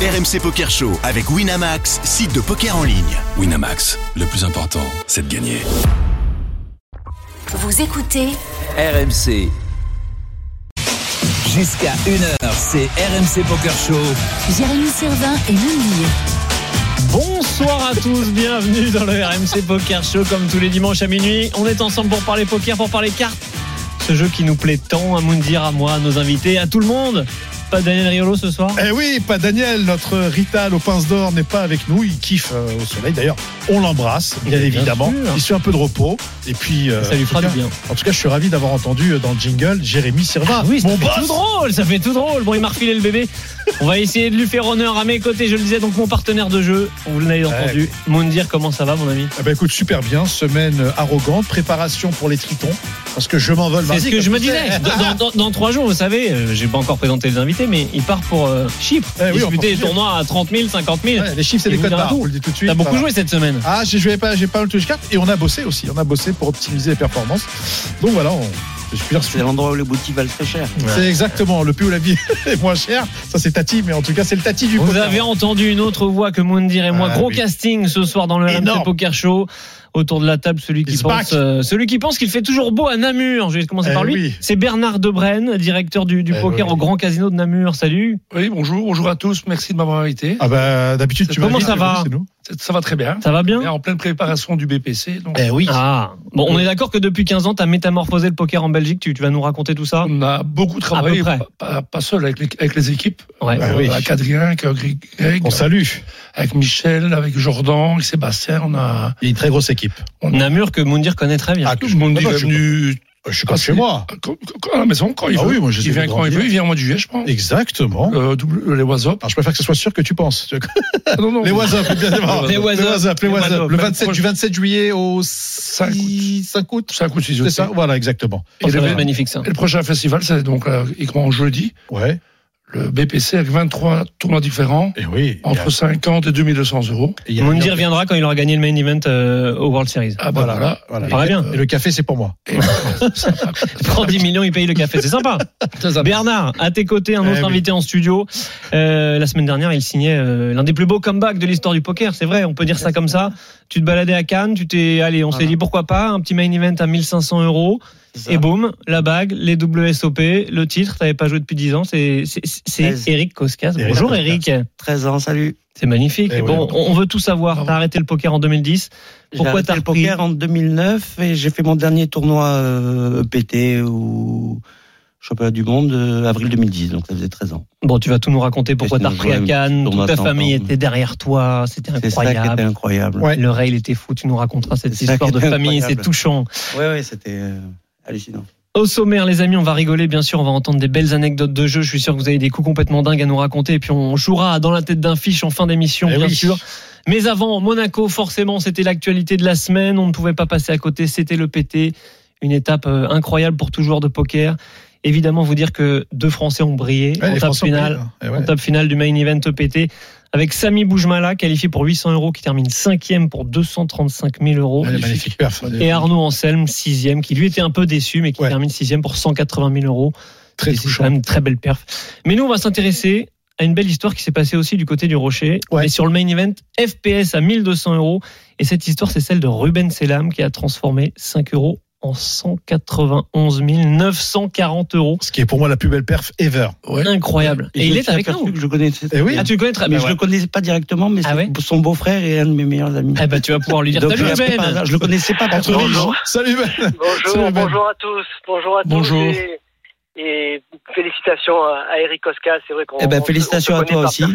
RMC Poker Show avec Winamax, site de poker en ligne. Winamax, le plus important, c'est de gagner. Vous écoutez RMC. Jusqu'à 1h, c'est RMC Poker Show. Jérémy Servin et Moundir. Bonsoir à tous, bienvenue dans le RMC Poker Show. Comme tous les dimanches à minuit, on est ensemble pour parler poker, pour parler cartes. Ce jeu qui nous plaît tant, à Moundir, à moi, à nos invités, à tout le monde. Pas Daniel Riolo ce soir ? Eh oui, pas Daniel, notre Rital aux pinces d'or n'est pas avec nous, il kiffe au soleil. D'ailleurs, on l'embrasse, bien évidemment. Il suit un peu de repos. Et puis, ça lui fera du bien. En tout cas, je suis ravi d'avoir entendu dans le jingle Jérémy Servin. Ah oui, mon boss. Ça fait tout drôle. Bon, il m'a refilé le bébé. On va essayer de lui faire honneur à mes côtés. Je le disais, donc mon partenaire de jeu, vous l'avez entendu. Moundir, comment ça va, mon ami ? Écoute, super bien. Semaine arrogante, préparation pour les Tritons, parce que je m'envole mardi. C'est ce que je me disais. Dans 3 jours, vous savez, j'ai pas encore présenté les invités, mais il part pour Chypre. Disputer les tournois à 30 000, 50 000. Les chiffres, c'est des codes barres. On le dit tout de suite. T'as beaucoup joué cette semaine. Ah, j'ai pas mal touché cartes et on a bossé aussi. On a bossé pour optimiser les performances. Donc voilà, c'est l'endroit où les boutiques valent très cher. Ouais. C'est exactement le plus où la vie est moins chère. Ça, c'est Tati, mais en tout cas, c'est le Tati du poker. Vous avez entendu une autre voix que Moundir et moi. Gros casting ce soir dans le RMC Poker Show. Autour de la table, celui qui pense qu'il fait toujours beau à Namur. Je vais commencer par lui. Oui. C'est Bernard Debrenne, directeur du poker au Grand Casino de Namur. Salut. Oui, bonjour à tous. Merci de m'avoir invité. D'habitude, comment ça va ? Ça va très bien. Ça va bien ? En pleine préparation du BPC. Donc... oui. Bon, on est d'accord que depuis 15 ans, tu as métamorphosé le poker en Belgique. Tu vas nous raconter tout ça ? On a beaucoup travaillé, pas seul, avec les équipes. Avec Adrien, avec Greg. On salue. Avec Michel, avec Jordan, avec Sébastien. Il y a une très grosse équipe. Namur que Moundir connaît très bien. Moundir est venu... Je suis comme chez moi. À la maison, quand il veut. Oui, moi, il vient quand il veut, il vient au mois de juillet, je pense. Exactement. Les WhatsApp. Alors, je préfère que ce soit sûr que tu penses. Non. Les WhatsApp, évidemment. Les WhatsApp. Du 27 juillet au 5 août. 5 août, c'est ça, voilà, exactement. Ça va être magnifique, ça. Et le prochain festival, c'est donc, il commence jeudi. Ouais. Le BPC avec 23 tournois différents, entre 50 et 2200 euros. Moundir viendra quand il aura gagné le main event au World Series. Voilà. Paraît bien. Et le café, c'est pour moi. Il prend 10 millions, il paye le café. C'est sympa. Bernard, à tes côtés, un autre invité en studio. La semaine dernière, il signait l'un des plus beaux comebacks de l'histoire du poker. C'est vrai, on peut dire ça comme ça. Tu te baladais à Cannes, on s'est dit pourquoi pas, un petit main event à 1500 euros. Et boum, la bague, les WSOP, le titre, t'avais pas joué depuis 10 ans, c'est Eric Koskas. Bonjour Eric. 13 ans, salut. C'est magnifique. On veut tout savoir. T'as arrêté le poker en 2010. Pourquoi t'as repris ? J'ai arrêté le poker en 2009 et j'ai fait mon dernier tournoi EPT ou championnat du monde avril 2010, donc ça faisait 13 ans. Bon, tu vas tout nous raconter pourquoi t'as repris à Cannes, toute ta famille était derrière toi, c'était incroyable. C'est ça qui était incroyable. Ouais. Le rail était fou, tu nous raconteras cette histoire de famille, c'est touchant. Ouais, c'était hallucinant. Au sommaire, les amis, on va rigoler, bien sûr, on va entendre des belles anecdotes de jeu. Je suis sûr que vous avez des coups complètement dingues à nous raconter. Et puis on jouera dans la tête d'un fiche en fin d'émission, bien sûr. Mais avant, Monaco, forcément, c'était l'actualité de la semaine. On ne pouvait pas passer à côté. C'était le PT. Une étape incroyable pour tout joueur de poker. Évidemment, vous dire que 2 Français ont brillé en table finale du main event EPT. Avec Samy Boujmala, qualifié pour 800 euros, qui termine 5e pour 235 000 euros. Magnifique perf. Et Arnaud Anselme, 6e, qui lui était un peu déçu, mais qui termine 6e pour 180 000 euros. Très touchant. C'est quand même une très belle perf. Mais nous, on va s'intéresser à une belle histoire qui s'est passée aussi du côté du Rocher. Et sur le main event, FPS à 1200 euros. Et cette histoire, c'est celle de Ruben Selam, qui a transformé 5 euros en 191 940 euros. Ce qui est pour moi la plus belle perf ever. Incroyable. Et il est avec nous. Je connaissais. Tu le connais très bien. Je le connaissais pas directement, mais son beau-frère est un de mes meilleurs amis. Tu vas pouvoir lui dire salut Ben. Je le connaissais pas personnellement. Salut Ben. Bonjour à tous. Bonjour. Et félicitations à Eric Koskas. C'est vrai qu'on. Félicitations à toi aussi.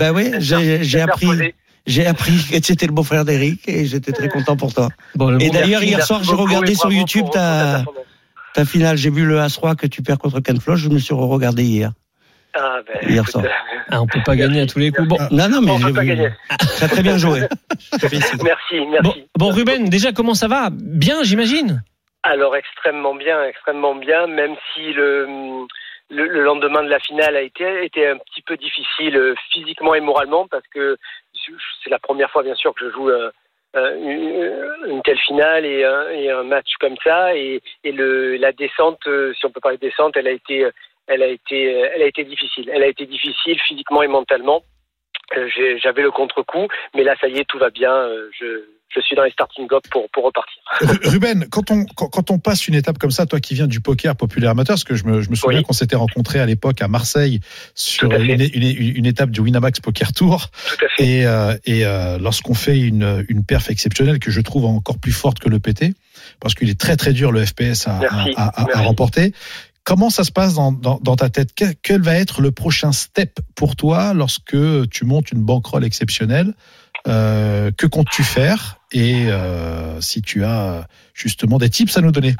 J'ai appris que c'était le beau-frère d'Eric et j'étais très content pour toi. Et d'ailleurs, hier soir, j'ai regardé sur YouTube ta finale. J'ai vu le As-Roi que tu perds contre Ken Floch. Je me suis re-regardé hier. Hier soir. On peut pas gagner à tous les coups. Non, mais j'ai vu. Tu as très bien joué. Merci. Bon, Ruben, déjà, comment ça va ? Bien, j'imagine. Alors, extrêmement bien, même si le lendemain de la finale a été un petit peu difficile physiquement et moralement, parce que c'est la première fois, bien sûr, que je joue une telle finale et un match comme ça, et la descente, si on peut parler de descente, elle a été difficile. Elle a été difficile physiquement et mentalement. j'avais le contre-coup, mais là ça y est, tout va bien. Je suis dans les starting blocks pour repartir. Ruben, quand on passe une étape comme ça, toi qui viens du poker populaire amateur, parce que je me souviens qu'on s'était rencontrés à l'époque à Marseille sur une étape du Winamax Poker Tour. Tout à fait. Et lorsqu'on fait une perf exceptionnelle que je trouve encore plus forte que le PT, parce qu'il est très très dur le FPS à remporter. Comment ça se passe dans ta tête? Quel va être le prochain step pour toi lorsque tu montes une bankroll exceptionnelle? Que comptes-tu faire? Et si tu as justement des tips à nous donner?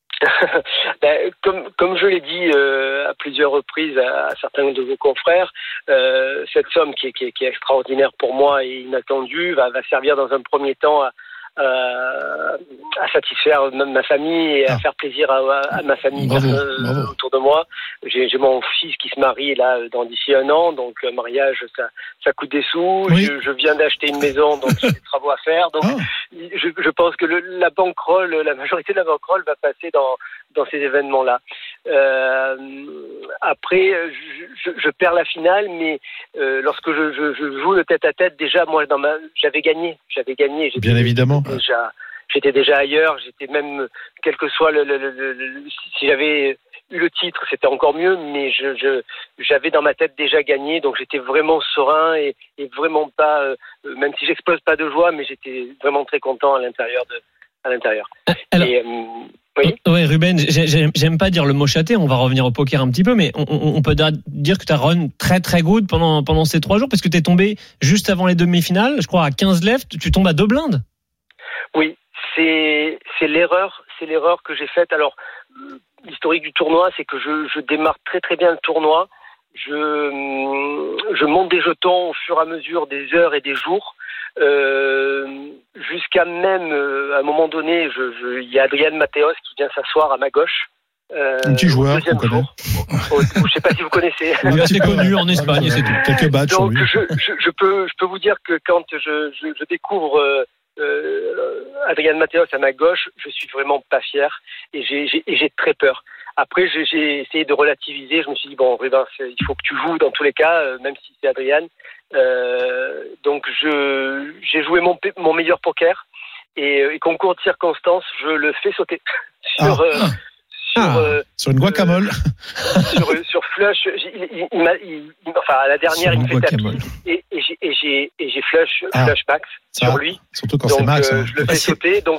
Comme je l'ai dit à plusieurs reprises à certains de vos confrères, cette somme qui est extraordinaire pour moi et inattendue va servir dans un premier temps à satisfaire ma famille et à faire plaisir à ma famille autour de moi. J'ai mon fils qui se marie là d'ici 1 an, donc mariage ça coûte des sous. Oui. Je viens d'acheter une maison, donc j'ai des travaux à faire. Donc je pense que la bankroll, la majorité de la bankroll va passer dans ces événements-là. Après, je perds la finale, mais lorsque je joue le tête-à-tête, déjà moi j'avais gagné. Bien évidemment. J'étais déjà ailleurs. J'étais même, quel que soit si j'avais eu le titre, c'était encore mieux. Mais j'avais dans ma tête déjà gagné, donc j'étais vraiment serein et vraiment pas, même si j'explose pas de joie, mais j'étais vraiment très content à l'intérieur. Alors, oui, Ruben, j'aime pas dire le mot châté, on va revenir au poker un petit peu, mais on peut dire que tu as run très très good pendant ces 3 jours, parce que tu es tombé juste avant les demi-finales, je crois à 15 left, tu tombes à 2 blindes. Oui, c'est l'erreur que j'ai faite. Alors, l'historique du tournoi, c'est que je démarre très très bien le tournoi, je monte des jetons au fur et à mesure des heures et des jours, jusqu'à même à un moment donné, il y a Adrian Mateos qui vient s'asseoir à ma gauche. Un petit joueur qu'on connaît. Je sais pas si vous connaissez. Il est assez connu en Espagne, c'est tout. Quelques badges. Donc je peux vous dire que quand je découvre Adrian Mateos à ma gauche, je suis vraiment pas fier et j'ai très peur. Après, j'ai essayé de relativiser. Je me suis dit bon, Ruben, il faut que tu joues dans tous les cas, même si c'est Adrian. Donc j'ai joué mon meilleur poker et concours de circonstances, je le fais sauter sur une guacamole. sur flush, enfin à la dernière il me fait tapis et j'ai flush max sur lui. Surtout quand c'est max. Je le fais sauter. Donc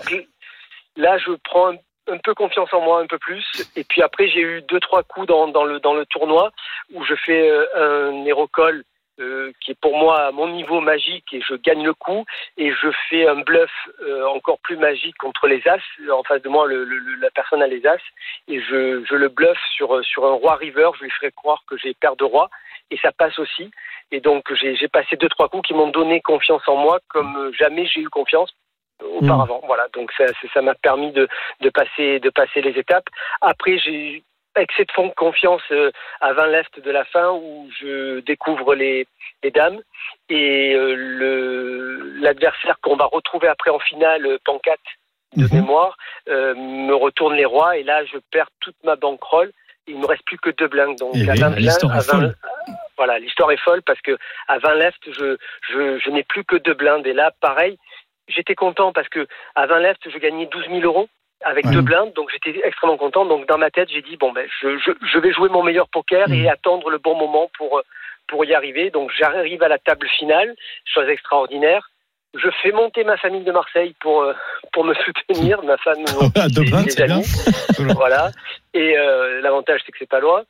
là je prends un peu confiance en moi, un peu plus. Et puis après j'ai eu 2-3 coups dans le tournoi où je fais un hero call qui est pour moi à mon niveau magique et je gagne le coup et je fais un bluff encore plus magique contre les as. En face de moi la personne a les as et je le bluffe sur un roi river. Je lui ferai croire que j'ai paire de roi et ça passe aussi. Et donc j'ai passé 2-3 coups qui m'ont donné confiance en moi comme jamais j'ai eu confiance auparavant. Voilà, donc ça m'a permis de passer les étapes. Après j'ai excès de confiance à 20 left de la fin où je découvre les dames et l'adversaire qu'on va retrouver après en finale, Pancat de mémoire, me retourne les rois et là je perds toute ma bankroll. Il me reste plus que 2 blindes. Donc l'histoire est folle. Voilà, l'histoire est folle parce que à 20 left je n'ai plus que 2 blindes et là pareil, j'étais content parce que à 20 left je gagnais 12 000 euros. Avec 2 blindes, donc j'étais extrêmement content. Donc dans ma tête, j'ai dit je vais jouer mon meilleur poker et attendre le bon moment pour y arriver. Donc j'arrive à la table finale, chose extraordinaire. Je fais monter ma famille de Marseille pour me soutenir, ma femme, mes amis. Voilà. Et l'avantage c'est que c'est pas loin.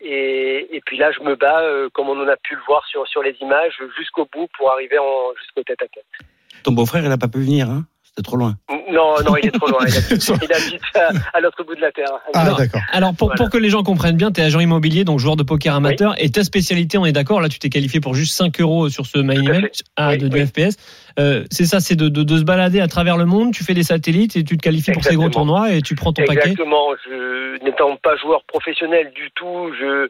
Et puis là, je me bats comme on en a pu le voir sur les images jusqu'au bout pour arriver jusqu'au tête-à-tête. Ton beau-frère, il n'a pas pu venir, hein? C'était trop loin. Non, il est trop loin. Il habite à l'autre bout de la terre. D'accord. Alors, pour que les gens comprennent bien, tu es agent immobilier, donc joueur de poker amateur, et ta spécialité, on est d'accord, là, tu t'es qualifié pour juste 5 € sur ce main event du FPS. C'est ça, c'est de se balader à travers le monde, tu fais des satellites et tu te qualifies pour ces gros tournois et tu prends ton paquet. Exactement. N'étant pas joueur professionnel du tout,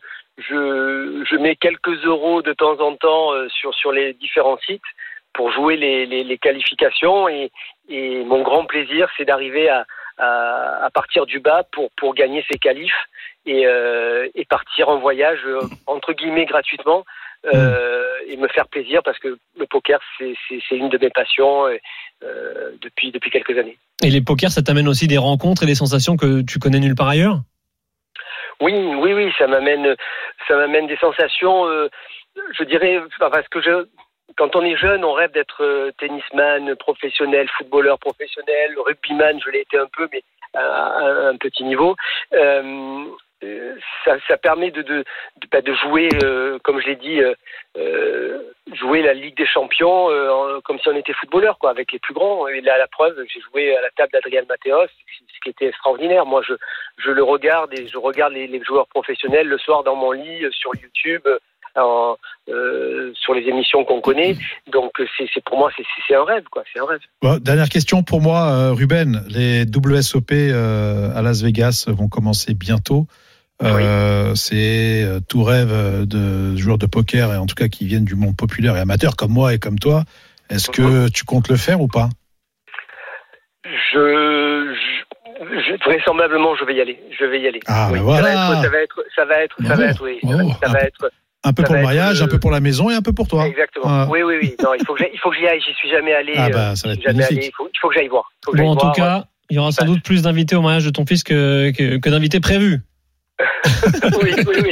je mets quelques euros de temps en temps sur les différents sites pour jouer les qualifications et mon grand plaisir c'est d'arriver à partir du bas pour gagner ces qualifs et partir en voyage entre guillemets gratuitement me faire plaisir, parce que le poker, c'est une de mes passions depuis quelques années. Et les pokers, ça t'amène aussi des rencontres et des sensations que tu connais nulle part ailleurs ? Oui, ça m'amène des sensations, je dirais, parce que quand on est jeune, on rêve d'être tennisman professionnel, footballeur professionnel, rugbyman, je l'ai été un peu, mais à un petit niveau. Ça permet de jouer, comme je l'ai dit, jouer la Ligue des Champions comme si on était footballeur, quoi, avec les plus grands. Et là, la preuve, j'ai joué à la table d'Adrian Mateos, ce qui était extraordinaire. Moi, je le regarde, et je regarde les joueurs professionnels le soir dans mon lit, sur YouTube, sur les émissions qu'on connaît. Donc c'est pour moi c'est un rêve, quoi. C'est un rêve. Bon, dernière question pour moi, Ruben. Les WSOP à Las Vegas vont commencer bientôt. Oui. C'est tout rêve de joueurs de poker, et en tout cas qui viennent du monde populaire et amateur comme moi et comme toi. Est-ce que tu comptes le faire ou pas ? Vraisemblablement, je vais y aller. Ah, oui. Voilà. Ça va être, oui. Ça va être. Un peu pour le mariage, un peu pour la maison et un peu pour toi. Exactement. Oui. Non, il faut que j'y aille. J'y suis jamais allé. Ça va être magnifique. Il faut que j'aille voir. En tout cas, il y aura sans doute plus d'invités au mariage de ton fils que d'invités prévus. Oui.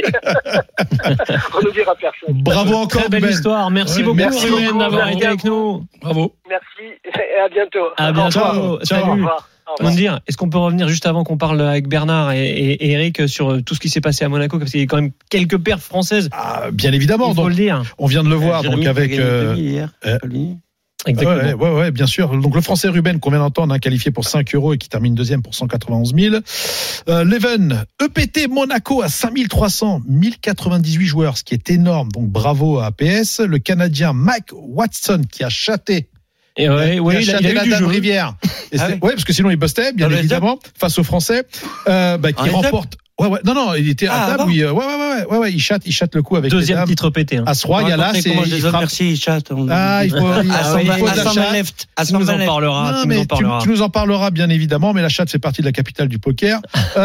On n'oubliera personne. Bravo encore, très belle histoire. Merci beaucoup, Ruben, d'avoir été avec nous. Bravo. Merci et à bientôt. À bientôt. Salut. Au revoir. Dire, est-ce qu'on peut revenir juste avant qu'on parle avec Bernard et Eric sur tout ce qui s'est passé à Monaco, parce qu'il y a quand même quelques perfs françaises. Bien évidemment. Il faut le dire. On vient de le voir Jérémy, donc avec. Exactement. Ouais, bien sûr. Donc le Français Ruben qu'on vient d'entendre, qualifié pour 5 € et qui termine deuxième pour 191 000. Leven, EPT Monaco à 5300, 1098 joueurs, ce qui est énorme. Donc bravo à APS. Le Canadien Mike Watson qui a chaté. Et il a eu du jeu. Rivière. Parce que sinon il bustait, bien évidemment, face aux Français, qui remporte. Non, il était à table. Bon. Il chatte le coup avec deuxième les dames. titre pété. As-Roi, il y a là, c'est. Merci, il chatte. Il faut. Tu nous en parleras. Tu nous en parleras, bien évidemment, mais la chatte fait partie de la capitale du poker.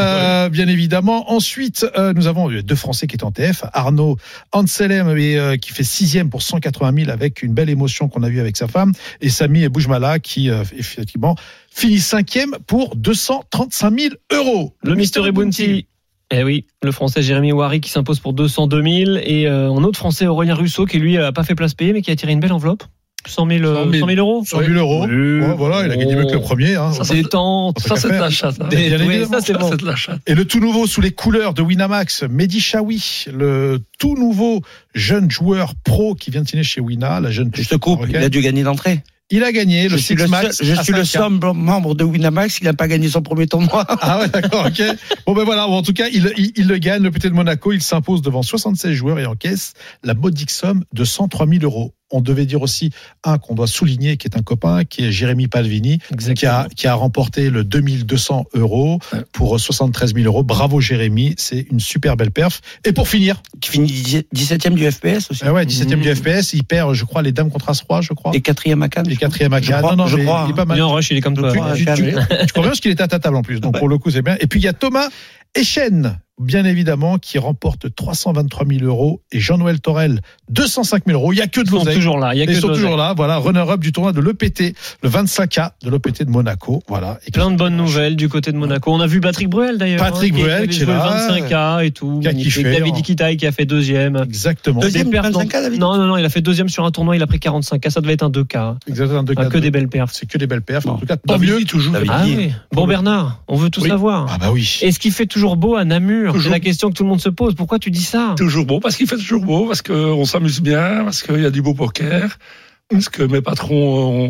Bien évidemment. Ensuite, nous avons deux Français qui étaient en TF. Arnaud Anselem, qui fait 6e pour 180 000 avec une belle émotion qu'on a vue avec sa femme. Et Samy Boujmala, qui, effectivement, finit 5e pour 235 000 €. Le Mystery Bounty. Eh oui, le Français Jérémy Ouari qui s'impose pour 202 000 et un autre Français Aurélien Russo qui lui a pas fait place payée mais qui a tiré une belle enveloppe. 100 000 €. 100 000 €. Voilà, il a gagné mieux que le premier. Ça c'est détente. Ça c'est de la chatte. Ça c'est bon. Et le tout nouveau sous les couleurs de Winamax, Mehdi Chaoui, le tout nouveau jeune joueur pro qui vient de signer chez Wina, la jeune. Je te coupe, il a dû gagner d'entrée. Il a gagné le Six Max. Je suis le seul membre de Winamax qui n'a pas gagné son premier tournoi. Ah ouais, d'accord, ok. Bon ben voilà, en tout cas, il le gagne, le PT de Monaco. Il s'impose devant 76 joueurs et encaisse la modique somme de 103 000 €. On devait dire aussi un qu'on doit souligner, qui est un copain, qui est Jérémy Palvini, qui a remporté le 2200 € pour 73 000 €. Bravo Jérémy, c'est une super belle perf. Et pour finir, qui finit 17e du FPS aussi. 17e du FPS. Il perd, je crois, les dames contre As-Roi, je crois. Et 4e à Cannes. Et 4e à Cannes. Non, je crois. Il est pas mal. Il est en rush, il est comme toi. Tu comprends bien parce qu'il était à ta table en plus. Donc pour le coup, c'est bien. Et puis il y a Thomas Echen, bien évidemment, qui remporte 323 000 € et Jean-Noël Torel 205 000 €. Il n'y a que de l'oseille. Ils sont toujours là. Voilà, runner-up du tournoi de l'EPT, le 25K de l'EPT de Monaco. Voilà. Et plein de bonnes nouvelles du côté de Monaco. On a vu Patrick Bruel d'ailleurs. Patrick Bruel qui est là. Le 25K et tout. Qui a kiffé. David Ikitaï qui a fait deuxième. Exactement. Deuxième 25K, David. Non, il a fait deuxième sur un tournoi. Il a pris 45K. Ça devait être un 2K. Exactement, un 2K. Que des belles perfs. C'est que des belles perfs. En tout cas, tant mieux. Toujours. Oui. Bon Bernard, on veut tout savoir. Ah bah oui. Est-ce qu'il fait toujours beau à Namur? C'est la question que tout le monde se pose. Pourquoi tu dis ça? Toujours beau, parce qu'il fait toujours beau, parce qu'on s'amuse bien, parce qu'il y a du beau poker, parce que mes patrons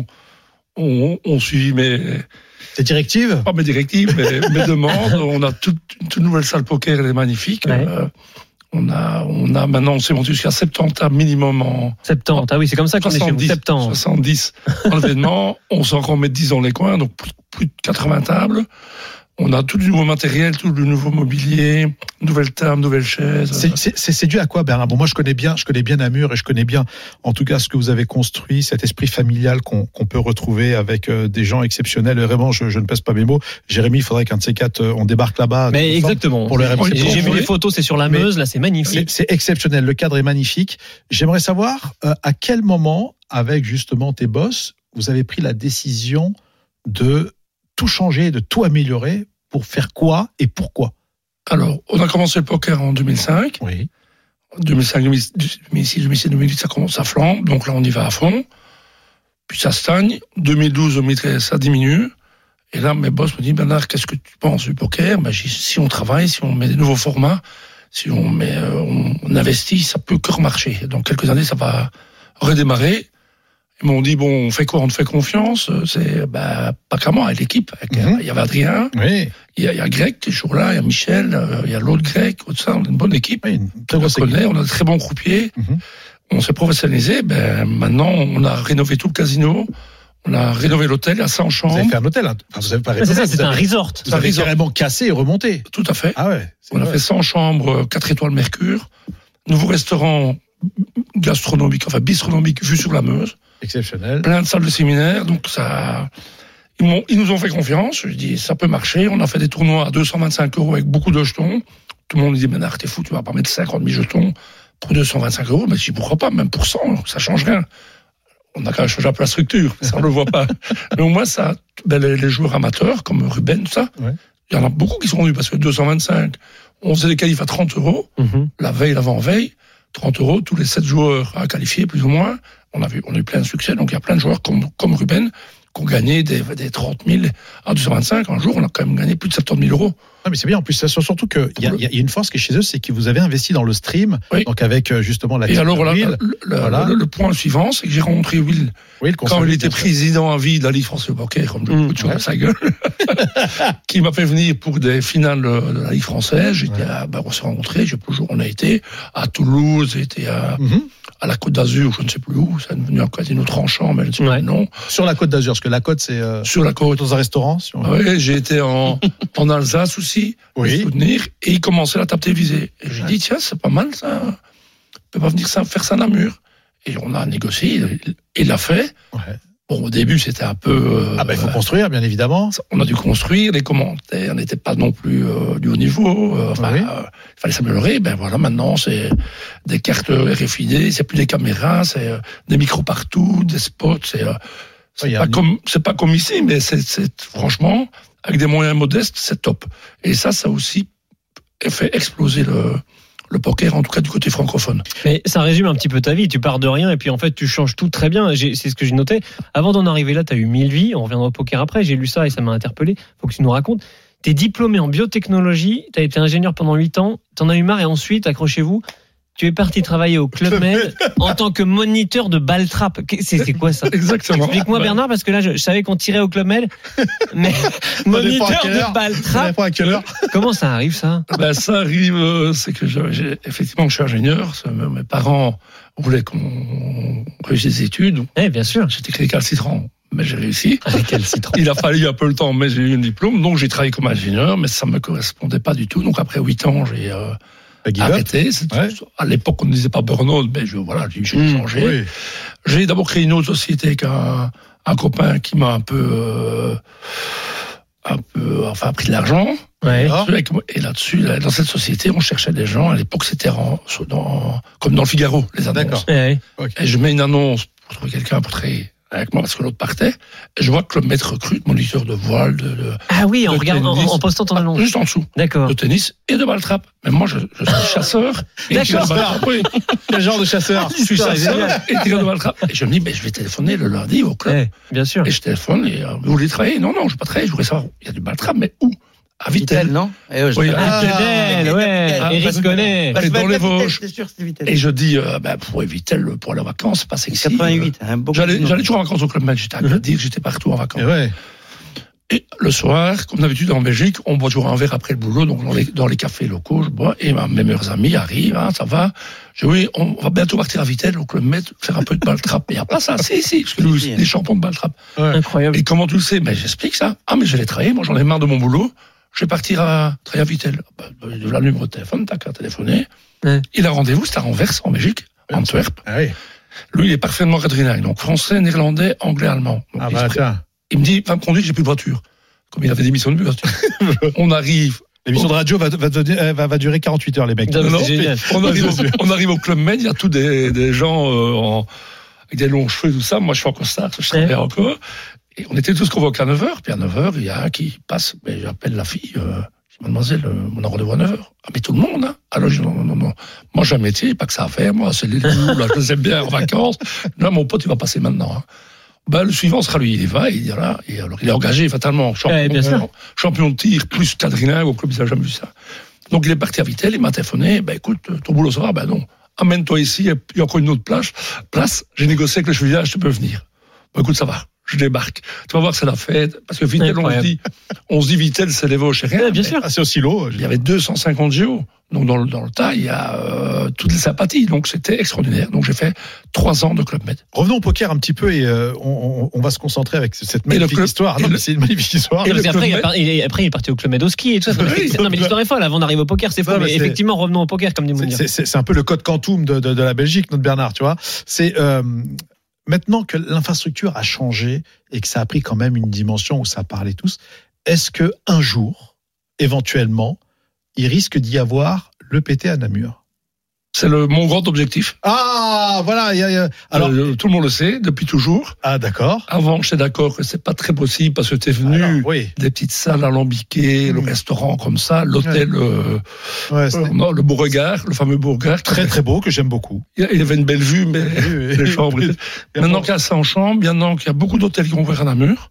ont suivi tes directives? Pas mes directives, mais mes demandes. On a toute une nouvelle salle poker, elle est magnifique. Ouais. On a maintenant, on s'est monté jusqu'à 70 à minimum 70, ah oui, c'est comme ça qu'on est chez vous. 70 en événement. On s'est encore mettre 10 dans les coins, donc plus de 80 tables. On a tout du nouveau matériel, tout du nouveau mobilier, nouvelles tables, nouvelles chaises. C'est dû à quoi, Bernard? Bon, moi, je connais bien Namur et je connais bien, en tout cas, ce que vous avez construit, cet esprit familial qu'on peut retrouver avec des gens exceptionnels. Et vraiment, je ne pèse pas mes mots. Jérémy, il faudrait qu'un de ces quatre, on débarque là-bas. Mais exactement. Pour le RMC. J'ai vu les photos, c'est sur la Meuse, là, c'est magnifique. C'est exceptionnel. Le cadre est magnifique. J'aimerais savoir à quel moment, avec justement tes boss, vous avez pris la décision de tout changer, de tout améliorer pour faire quoi et pourquoi? Alors, on a commencé le poker en 2005. Oui. 2005, 2006, 2007, 2008, ça commence, ça flambe. Donc là, on y va à fond. Puis ça stagne. 2012, 2013, ça diminue. Et là, mes boss me disent, Bernard, qu'est-ce que tu penses du poker? Ben, si on travaille, si on met des nouveaux formats, si on investit, ça peut que remarcher. Dans quelques années, ça va redémarrer. Ils m'ont dit, bon, on fait quoi? On te fait confiance? C'est, pas qu'à moi, à l'équipe. Il y avait Adrien. Oui. Il y a Greg qui est toujours là. Il y a Michel. Il y a l'autre Greg. Tout ça. On a une bonne équipe. Oui, une très grosse équipe. On a de très bons croupiers. On s'est professionnalisé. Maintenant, on a rénové tout le casino. On a rénové l'hôtel. Il y a 100 chambres. Vous avez fait un hôtel, hein. Enfin, vous avez pas rénové. C'est ça, c'est un resort. Vous avez carrément cassé et remonté. Tout à fait. Ah ouais. On a fait 100 chambres, 4 étoiles Mercure. Nouveau restaurant gastronomique, enfin bistronomique, vu sur la Meuse. Exceptionnel. Plein de salles de séminaire, donc ça. Ils nous ont fait confiance. Je dis, ça peut marcher. On a fait des tournois à 225 € avec beaucoup de jetons. Tout le monde me dit, Bernard, t'es fou, tu vas pas mettre 50 000 jetons pour 225 €. Mais je dis, pourquoi pas, même pour 100, ça change rien. On a quand même changé un peu la structure, ça on le voit pas. Mais au moins, ça, les joueurs amateurs, comme Ruben, tout ça, il y en a beaucoup qui sont venus parce que 225, on faisait des qualifs à 30 €. La veille, l'avant-veille, 30 € tous les 7 joueurs à qualifier, plus ou moins. On a eu plein de succès, donc il y a plein de joueurs comme Ruben qui ont gagné des 30 000 à 225. Un jour, on a quand même gagné plus de 70 000 €. Non, mais c'est bien. En plus, surtout qu'il y a une force qui est chez eux, c'est que vous avez investi dans le stream, donc avec justement la. Et alors, le point suivant, c'est que j'ai rencontré Will quand il était président à vie de la Ligue française de poker, comme le coup de à sa gueule, qui m'a fait venir pour des finales de la Ligue française. On s'est rencontrés, on a été à Toulouse, j'étais à la Côte d'Azur, je ne sais plus où, ça est devenu un casino tranchant, mais je ne sais pas le nom. Sur la Côte d'Azur, parce que la Côte, c'est sur la Côte, dans un restaurant. Oui, j'ai été en Alsace aussi, soutenir, et il commençait la table télévisée. Et j'ai dit, tiens, c'est pas mal ça, on peut pas venir faire ça à Namur. Et on a négocié, il l'a fait. Bon, au début, c'était un peu... il faut construire, bien évidemment. On a dû construire, les commentaires n'étaient pas non plus du haut niveau. Il fallait s'améliorer. Maintenant, c'est des cartes RFID, c'est plus des caméras, c'est des micros partout, des spots. C'est pas comme ici, mais c'est franchement, avec des moyens modestes, c'est top. Et ça aussi fait exploser le poker, en tout cas du côté francophone. Mais ça résume un petit peu ta vie. Tu pars de rien et puis en fait tu changes tout très bien. C'est ce que j'ai noté. Avant d'en arriver là, tu as eu 1000 vies. On reviendra au poker après. J'ai lu ça et ça m'a interpellé. Faut que tu nous racontes. Tu es diplômé en biotechnologie. Tu as été ingénieur pendant 8 ans. Tu en as eu marre et ensuite, accrochez-vous, tu es parti travailler au Club Med en tant que moniteur de ball trap. C'est quoi ça? Exactement. Explique-moi Bernard, parce que là je savais qu'on tirait au Club Med, mais moniteur de ball trap. À quelle heure? Comment ça arrive ça? Ça arrive, c'est que effectivement je suis ingénieur. Mes parents voulaient qu'on réussisse des études. Bien sûr. J'étais récalcitrant, mais j'ai réussi. Récalcitrant. Il a fallu un peu le temps, mais j'ai eu un diplôme, donc j'ai travaillé comme ingénieur, mais ça me correspondait pas du tout. Donc après 8 ans, j'ai arrêté. À l'époque, on ne disait pas burn-out, mais j'ai changé. Oui. J'ai d'abord créé une autre société avec un copain qui m'a un peu pris de l'argent. Et là-dessus, dans cette société, on cherchait des gens. À l'époque, c'était comme dans le Figaro, les annonces. Et je mets une annonce pour trouver quelqu'un pour travailler avec moi parce que l'autre partait. Et je vois que le maître recrute moniteur de voile, en regardant, en postant ton annonce. Juste en dessous. D'accord. De tennis et de ball trap. Mais moi, je suis chasseur. D'accord. Quel genre de chasseur? Je suis chasseur et tireur de ball trap. Et je me dis, je vais téléphoner le lundi au club. Bien sûr. Et je téléphone et vous voulez travailler? Non, je ne veux pas travailler. Je voudrais savoir, il y a du ball trap, mais où? À Vittel, non? Vittel, Eric connaît. Dans les Vosges. C'est sûr, c'est Vittel. Et je dis, pour Vittel, pour les vacances, c'est pas sexy. 88, J'allais toujours en vacances au Club Med. J'étais à dire, j'étais partout en vacances. Et le soir, comme d'habitude en Belgique, on boit toujours un verre après le boulot, donc dans les cafés locaux, je bois, et mes meilleurs amis arrivent, ça va. Je dis, oui, on va bientôt partir à Vittel, au Club Med, faire un peu de ball trap. Il n'y a pas ça, si, parce que nous, des champions de ball trap. Incroyable. Et comment tu le sais? J'explique ça. Mais je l'ai travaillé, moi j'en ai marre de mon boulot. je vais partir à travailler à Vittel. De la numéro de téléphone, t'as qu'à téléphoner. Il a rendez-vous, c'était à Anvers, en Belgique, Antwerp. Lui, il est parfaitement quadrilingue, donc français, néerlandais, anglais, allemand. Donc, il me dit, va me conduire, j'ai plus de voiture. Comme il avait des missions de voiture. On arrive. L'émission de radio va durer 48 heures, les mecs. Non, on arrive au Club Med, il y a tous des gens avec des longs cheveux et tout ça. Moi, je suis en costard, je travaille encore. Et on était tous convoqués à 9h, puis à 9h, il y a un qui passe, mais j'appelle la fille, je dis, mademoiselle, on a rendez-vous à 9h. Ah, mais tout le monde, hein. Alors, je dis, non. Moi, j'ai un métier, pas que ça à faire, moi, c'est les loups, là, je les aime bien en vacances. Là, mon pote, il va passer maintenant, hein. Le suivant sera lui, il y va, il dira, et alors, il est engagé fatalement, champion de tir, plus quadrilingue, au club, il n'a jamais vu ça. Donc, il est parti à Vittel, il m'a téléphoné, écoute, ton boulot sera, non. Amène-toi ici, il y a encore une autre place, j'ai négocié avec le chevillage, tu peux venir. Écoute, ça va. Je débarque. Tu vas voir, c'est la fête. Parce que Vittel, on se dit Vittel, c'est les Vosges, c'est rien. Bien sûr. C'est aussi lourd. Il y avait 250 géos. Donc, dans le tas, il y a toutes les sympathies. Donc, c'était extraordinaire. Donc, j'ai fait 3 ans de Club Med. Revenons au poker un petit peu et on va se concentrer avec cette magnifique histoire. Non, mais c'est une magnifique histoire. Et après, il est parti au Club Med au ski et tout ça. Non, mais l'histoire est folle. Avant d'arriver au poker, c'est fou. Mais effectivement, revenons au poker, comme dit Mounir. C'est un peu le code Quantum de la Belgique, notre Bernard, tu vois. C'est, maintenant que l'infrastructure a changé et que ça a pris quand même une dimension où ça parlait tous, est-ce que un jour, éventuellement, il risque d'y avoir le PT à Namur? C'est mon grand objectif. Ah, voilà. Alors, tout le monde le sait, depuis toujours. Ah, d'accord. Avant, j'étais d'accord que c'est pas très possible parce que t'es venu des petites salles alambiquées, le restaurant comme ça, l'hôtel, le Beauregard, le fameux Beauregard. Très, très beau, que j'aime beaucoup. Il y avait une belle vue, mais les chambres. Maintenant qu'il y a 100 chambres, maintenant qu'il y a beaucoup d'hôtels qui ont ouvert à Namur.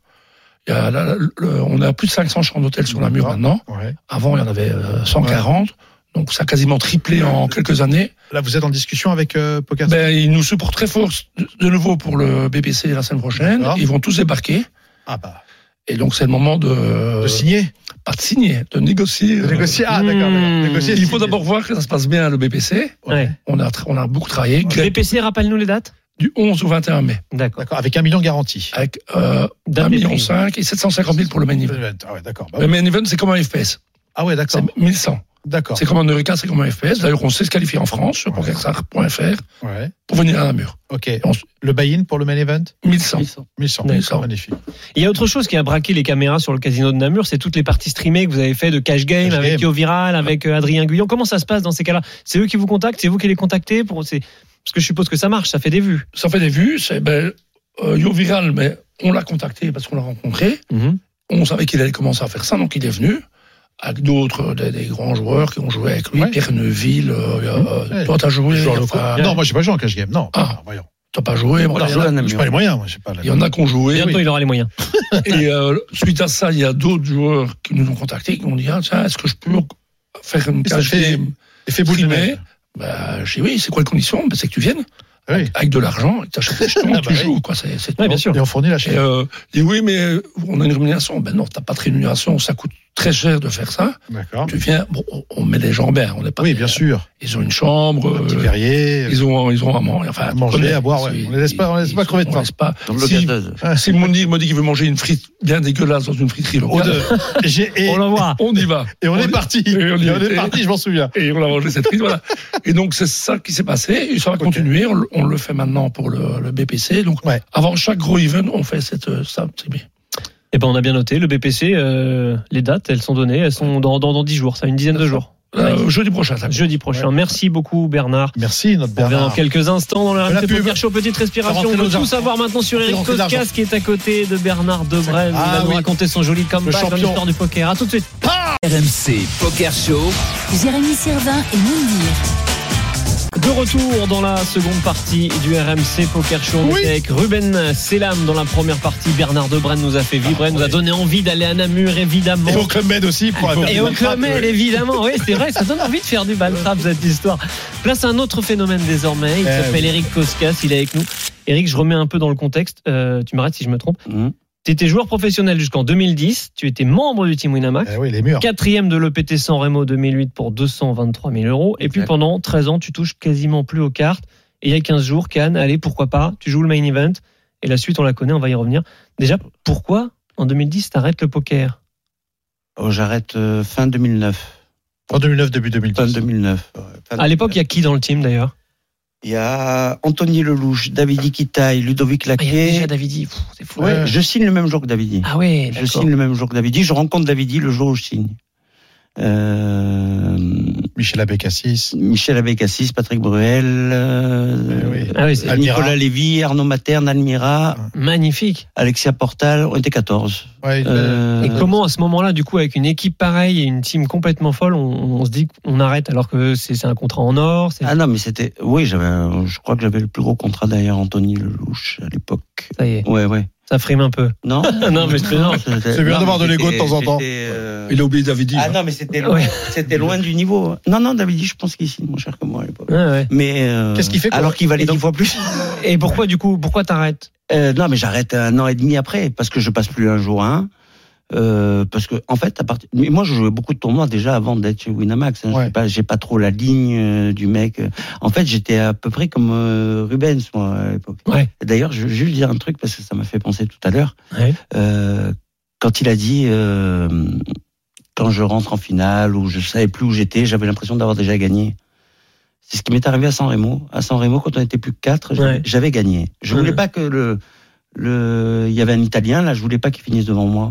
On a plus de 500 chambres d'hôtel sur Namur maintenant. Avant, il y en avait 140. Donc, ça a quasiment triplé en quelques années. Là, vous êtes en discussion avec Poker? Ils nous supportent très fort de nouveau pour le BBC la semaine prochaine. D'accord. Ils vont tous débarquer. Et donc, c'est le moment de signer? Pas de signer, de négocier. Ah, d'accord. Négocier. Il faut d'abord voir que ça se passe bien, le BBC. On a beaucoup travaillé. Le BBC, rappelle-nous les dates? Du 11 au 21 mai. D'accord. Avec 1 million garanti. Avec 1,5 million et 750 000 pour le main event. Ah ouais, d'accord. Le main event, c'est comme un FPS. Ah ouais, d'accord. C'est 1100. D'accord. C'est comme un Eureka, c'est comme un FPS. D'ailleurs, on sait se qualifier en France sur pokerstar.fr pour venir à Namur. Ok. Le buy-in pour le main event? 1100. Magnifique. Il y a autre chose qui a braqué les caméras sur le casino de Namur, c'est toutes les parties streamées que vous avez fait de Cash Game avec Yo Viral, avec Adrien Guyon. Comment ça se passe dans ces cas-là? C'est eux qui vous contactent? C'est vous qui les contactez parce que je suppose que ça marche, ça fait des vues. Ça fait des vues. Yo Viral, mais on l'a contacté parce qu'on l'a rencontré. On savait qu'il allait commencer à faire ça, donc il est venu. Avec d'autres, des grands joueurs qui ont joué avec lui, Pierre Neuville, toi t'as joué? Non, moi j'ai pas joué en Cash Game, non. Voyons. T'as pas joué? Moi, j'ai pas les moyens. Il y en a qui ont joué. Bientôt il aura les moyens. Et suite à ça, il y a d'autres joueurs qui nous ont contactés, qui ont dit, tiens, est-ce que je peux faire une Cash Game? Effet boule de neige. Je dis oui, c'est quoi les conditions? C'est que tu viennes. Avec de l'argent, tu achètes des jetons, tu joues, quoi. C'est tout. Bien sûr. Et on fournit la chaîne. Dit oui, mais on a une rémunération. Non, t'as pas de rémunération, ça coûte très cher de faire ça. D'accord. Tu viens, on met les gens bien. On n'est pas. Oui, bien sûr. Ils ont une chambre. Un petit verrier. Ils ont à manger. Enfin, à manger, à boire. On les laisse pas crever de faim. Si me dit qu'il veut manger une frite bien dégueulasse dans une friterie locale, on l'envoie. On y va. Et on est parti. Je m'en souviens. Et on a mangé cette frite, voilà. Et donc, c'est ça qui s'est passé. Et ça va continuer. On le fait maintenant pour le BPC. Donc, avant chaque gros event, on fait ça. C'est bien. Eh ben, on a bien noté. Le BPC, les dates, elles sont données. Elles sont dans 10 jours. Ça, une dizaine de jours. Jeudi prochain. Jeudi prochain. Merci beaucoup, Bernard. Merci, notre Bernard. On revient dans quelques instants dans le RMC Poker Show. Petite respiration. On veut tout savoir maintenant sur Eric Koskas qui est à côté de Bernard Debrenne. Il va nous raconter son joli comeback dans l'histoire du poker. À tout de suite. RMC Poker Show. Jérémy Servin et Mounir. De retour dans la seconde partie du RMC Poker Show. On était avec Ruben Selam dans la première partie. Bernard Debrenne nous a fait vibrer, nous a donné envie d'aller à Namur, évidemment. Et au Club Med aussi. Et au Club Med, évidemment. Oui, c'est vrai, ça donne envie de faire du ball-trap, cette histoire. Place un autre phénomène désormais. Il s'appelle Eric Koskas, il est avec nous. Eric, je remets un peu dans le contexte. Tu m'arrêtes si je me trompe. Tu étais joueur professionnel jusqu'en 2010. Tu étais membre du team Winamax. Les murs. 4e de l'EPT San Remo 2008 pour 223 000 euros. Et puis pendant 13 ans, tu touches quasiment plus aux cartes. Et il y a 15 jours, Cannes, allez, pourquoi pas, tu joues le main event. Et la suite, on la connaît, on va y revenir. Déjà, pourquoi en 2010, t'arrêtes le poker? J'arrête fin 2009. En 2009, début 2010. Fin 2009. À l'époque, il y a qui dans le team d'ailleurs? Il y a Anthony Lelouch, Davidi Kitaï, Ludovic Laquet. Il y a déjà Davidi, c'est fou. Ouais, je signe le même jour que Davidi. Ah ouais, d'accord. Je signe le même jour que Davidi. Je rencontre Davidi le jour où je signe. Michel Abécassis, Patrick Bruel, oui. Nicolas Lévy, Arnaud Materne, Almira. Magnifique. Alexia Portal, on était 14. Ouais, et comment à ce moment-là, du coup, avec une équipe pareille et une team complètement folle, on se dit qu'on arrête alors que c'est un contrat en or? Ah non, mais c'était... Oui, je crois que j'avais le plus gros contrat d'ailleurs, Anthony Lelouch, à l'époque. Ça y est. Ouais. Ça frime un peu. Non, non, mais non. C'est bien d'avoir de l'ego de temps en temps. Il a oublié Davidi. Ah non, mais c'était loin du niveau. Non, Davidi, je pense qu'il signe moins cher que moi à l'époque. Ouais. Mais qu'est-ce qu'il fait alors qu'il valait 10 fois plus. Et pourquoi t'arrêtes? Non, mais j'arrête 1 an et demi après parce que je passe plus un jour à un. Parce que en fait, mais moi je jouais beaucoup de tournois déjà avant d'être chez Winamax. J'ai pas trop la ligne du mec. En fait, j'étais à peu près comme Rubens moi à l'époque. Ouais. D'ailleurs, je vais juste dire un truc parce que ça m'a fait penser tout à l'heure. Ouais. Quand il a dit quand je rentre en finale ou je savais plus où j'étais, j'avais l'impression d'avoir déjà gagné. C'est ce qui m'est arrivé à San Remo. À San Remo, quand on était plus que 4, j'avais gagné. Je voulais pas que il y avait un Italien, là, je voulais pas qu'il finisse devant moi.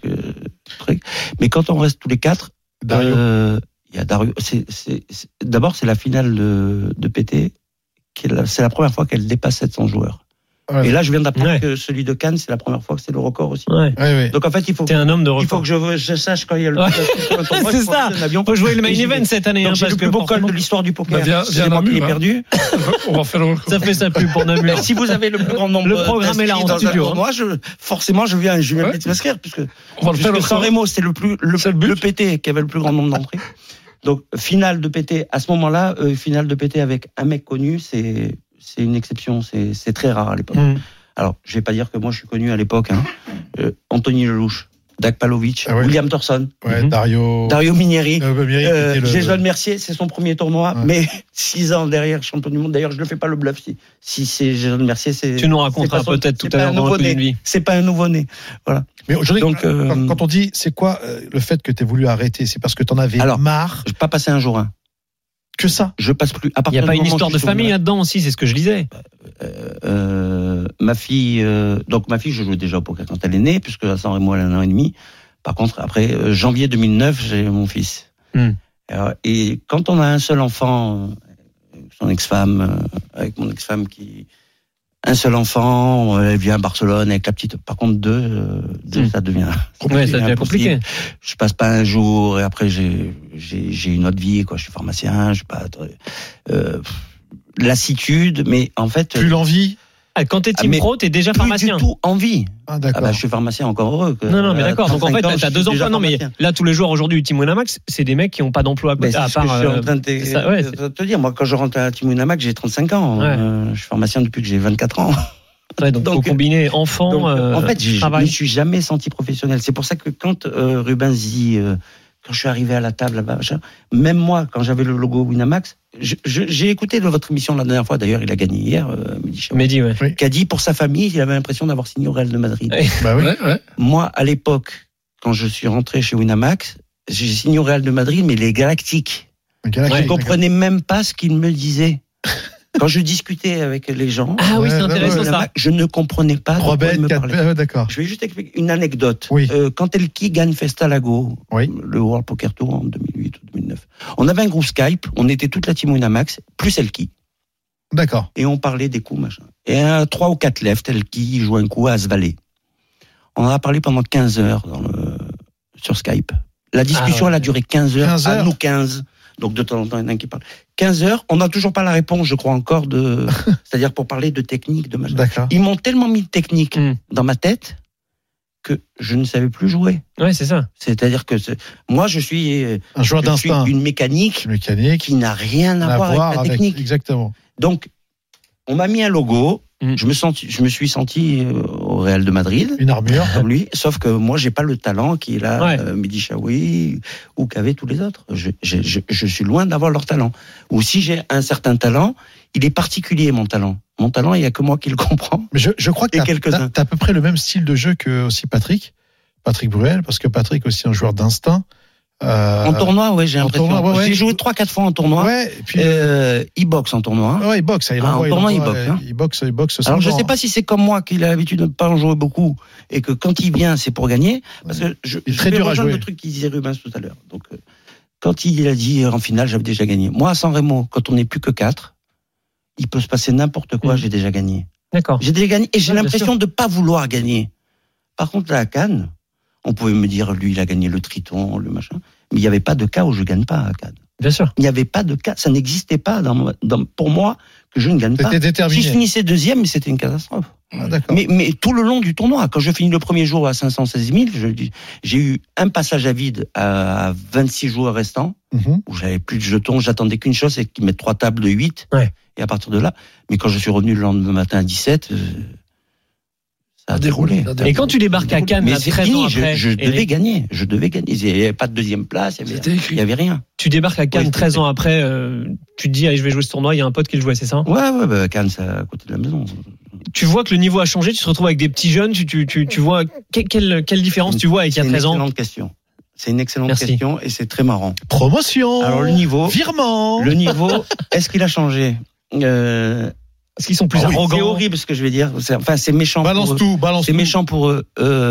Mais quand on reste tous les 4, il y a Dario. D'abord, c'est la finale de PT. C'est la première fois qu'elle dépasse 700 joueurs. Ouais. Et là, je viens d'apprendre que celui de Cannes, c'est la première fois que c'est le record aussi. Ouais. Donc en fait, il faut. T'es un homme de record. Il faut que je sache quand il y a le. C'est ça. On peut jouer le main event cette année. C'est le plus beau col de l'histoire du poker. C'est moi qui l'ai perdu. On va faire le record. Ça fait sa pub pour Namur. Si vous avez le plus grand nombre. Le programme est là en studio. Moi, forcément, je viens. Je viens petit masquer puisque. On va le faire le San Remo, c'était le PT qui avait le plus grand nombre d'entrées. Donc finale de PT à ce moment-là, finale de PT avec un mec connu, c'est une exception. C'est très rare à l'époque. Alors, je vais pas dire que moi je suis connu à l'époque. Anthony Lelouch, Dag Pavlovich, William Thorson, Dario Minieri, Jason Mercier, c'est son premier tournoi, mais 6 ans derrière champion du monde. D'ailleurs, je ne fais pas le bluff. Si c'est Jason Mercier, c'est. Tu nous raconteras peut-être tout à l'heure dans le Coup d'une vie. C'est pas un nouveau-né. Voilà. Mais aujourd'hui, quand on dit, c'est quoi le fait que tu aies voulu arrêter? C'est parce que tu en avais marre? Je n'ai pas passé un jour. Que ça? Je passe plus. Il n'y a pas une histoire de famille là-dedans aussi, c'est ce que je lisais. Ma fille, je jouais déjà au poker quand elle est née, puisque à San Remo elle a 1 an et demi. Par contre, après janvier 2009, j'ai mon fils. Et quand on a un seul enfant, son ex-femme, avec mon ex-femme un seul enfant, elle vient à Barcelone avec la petite. Par contre, deux ça devient compliqué. Je passe pas un jour et après j'ai une autre vie, quoi. Je suis pharmacien, je sais pas. Lassitude, mais en fait. Plus l'envie. Quand t'es team pro, t'es déjà pharmacien. Plus du tout envie. Ah, d'accord. Je suis pharmacien, encore heureux. Non, mais d'accord. Donc en fait, t'as 2 emplois. Non, mais là, tous les jours aujourd'hui, Team Winamax, c'est des mecs qui ont pas d'emploi à côté, à part. Je suis en train de te dire. Moi, quand je rentre à Team Winamax, j'ai 35 ans. Je suis pharmacien depuis que j'ai 24 ans. Donc faut combiner enfant. En fait, je me suis jamais senti professionnel. C'est pour ça que quand Rubens dit. Quand je suis arrivé à la table là-bas, même moi, quand j'avais le logo Winamax, j'ai écouté votre émission la dernière fois, d'ailleurs, il a gagné hier, Mehdi, qui a dit pour sa famille, il avait l'impression d'avoir signé au Real de Madrid. Ouais. Moi, à l'époque, quand je suis rentré chez Winamax, j'ai signé au Real de Madrid, mais les Galactiques. Je ne comprenais même pas ce qu'ils me disaient. Quand je discutais avec les gens, c'est intéressant ça. Je ne comprenais pas de quoi ils me parlaient. D'accord. Je vais juste expliquer une anecdote. Oui. Quand Elki gagne Festa-Lago, le World Poker Tour en 2008 ou 2009, on avait un groupe Skype, on était toute la team Winamax, plus Elki. D'accord. Et on parlait des coups, machin. Et 3 ou 4 left, Elki joue un coup à Asvalé. On en a parlé pendant 15 heures sur Skype. La discussion, elle a duré 15 heures. 15 heures. À nous 15. Donc de temps en temps, il y en a un qui parle. 15 heures, on n'a toujours pas la réponse, je crois encore, c'est-à-dire pour parler de technique, de machin. D'accord. Ils m'ont tellement mis de technique dans ma tête que je ne savais plus jouer. Ouais, c'est ça. C'est-à-dire que moi, je suis un joueur d'instinct. Une mécanique qui n'a rien à voir avec la technique. Exactement. Donc, on m'a mis un logo. Je me suis senti au Real de Madrid. Une armure. Comme lui. Sauf que moi, j'ai pas le talent qu'il a, Mehdi Chaoui, ou qu'avaient tous les autres. Je suis loin d'avoir leur talent. Ou si j'ai un certain talent, il est particulier, mon talent. Mon talent, il y a que moi qui le comprends. Mais je crois que t'as à peu près le même style de jeu que aussi Patrick. Patrick Bruel, parce que Patrick aussi un joueur d'instinct. En tournoi, ouais, j'ai l'impression. Tournoi, ouais. J'ai joué 3-4 fois en tournoi. Ouais, et puis il boxe en tournoi. Ouais, il boxe. En tournoi, il boxe. Il boxe. Alors, je sais pas si c'est comme moi, qu'il a l'habitude de ne pas en jouer beaucoup, et que quand il vient, c'est pour gagner. Parce que je très dur à jouer. Le truc qu'il disait Rubens tout à l'heure. Donc, quand il a dit en finale, j'avais déjà gagné. Moi, à San Remo, quand on n'est plus que 4, il peut se passer n'importe quoi, j'ai déjà gagné. D'accord. J'ai déjà gagné, et j'ai l'impression de pas vouloir gagner. Par contre, là, à Cannes, on pouvait me dire, lui, il a gagné le Triton, le machin. Mais il n'y avait pas de cas où je ne gagne pas à Cannes. Bien sûr. Il n'y avait pas de cas. Ça n'existait pas pour moi que je ne gagne pas. C'était déterminé. Si je finissais deuxième, mais c'était une catastrophe. Ah, d'accord. Mais tout le long du tournoi, quand je finis le premier jour à 516 000, j'ai eu un passage à vide à 26 joueurs restants, où j'avais plus de jetons. J'attendais qu'une chose, c'est qu'ils mettent 3 tables de 8. Ouais. Et à partir de là, mais quand je suis revenu le lendemain matin à 17... ça a déroulé. Et quand tu débarques à Cannes, 13 ans après, je devais gagner. Il n'y avait pas de deuxième place, il n'y avait rien. Tu débarques à Cannes 13 ans après, tu te dis, allez, je vais jouer ce tournoi, il y a un pote qui le jouait, c'est ça? Ouais, Cannes, c'est à côté de la maison. Tu vois que le niveau a changé, tu te retrouves avec des petits jeunes, tu vois, quelle différence tu vois avec il y a 13 ans? C'est une excellente question. C'est une excellente question et c'est très marrant. Promotion. Alors le niveau. Virement. Le niveau, est-ce qu'il a changé? Parce qu'ils sont plus arrogants. C'est horrible ce que je vais dire. C'est méchant. Balance tout. C'est méchant pour eux.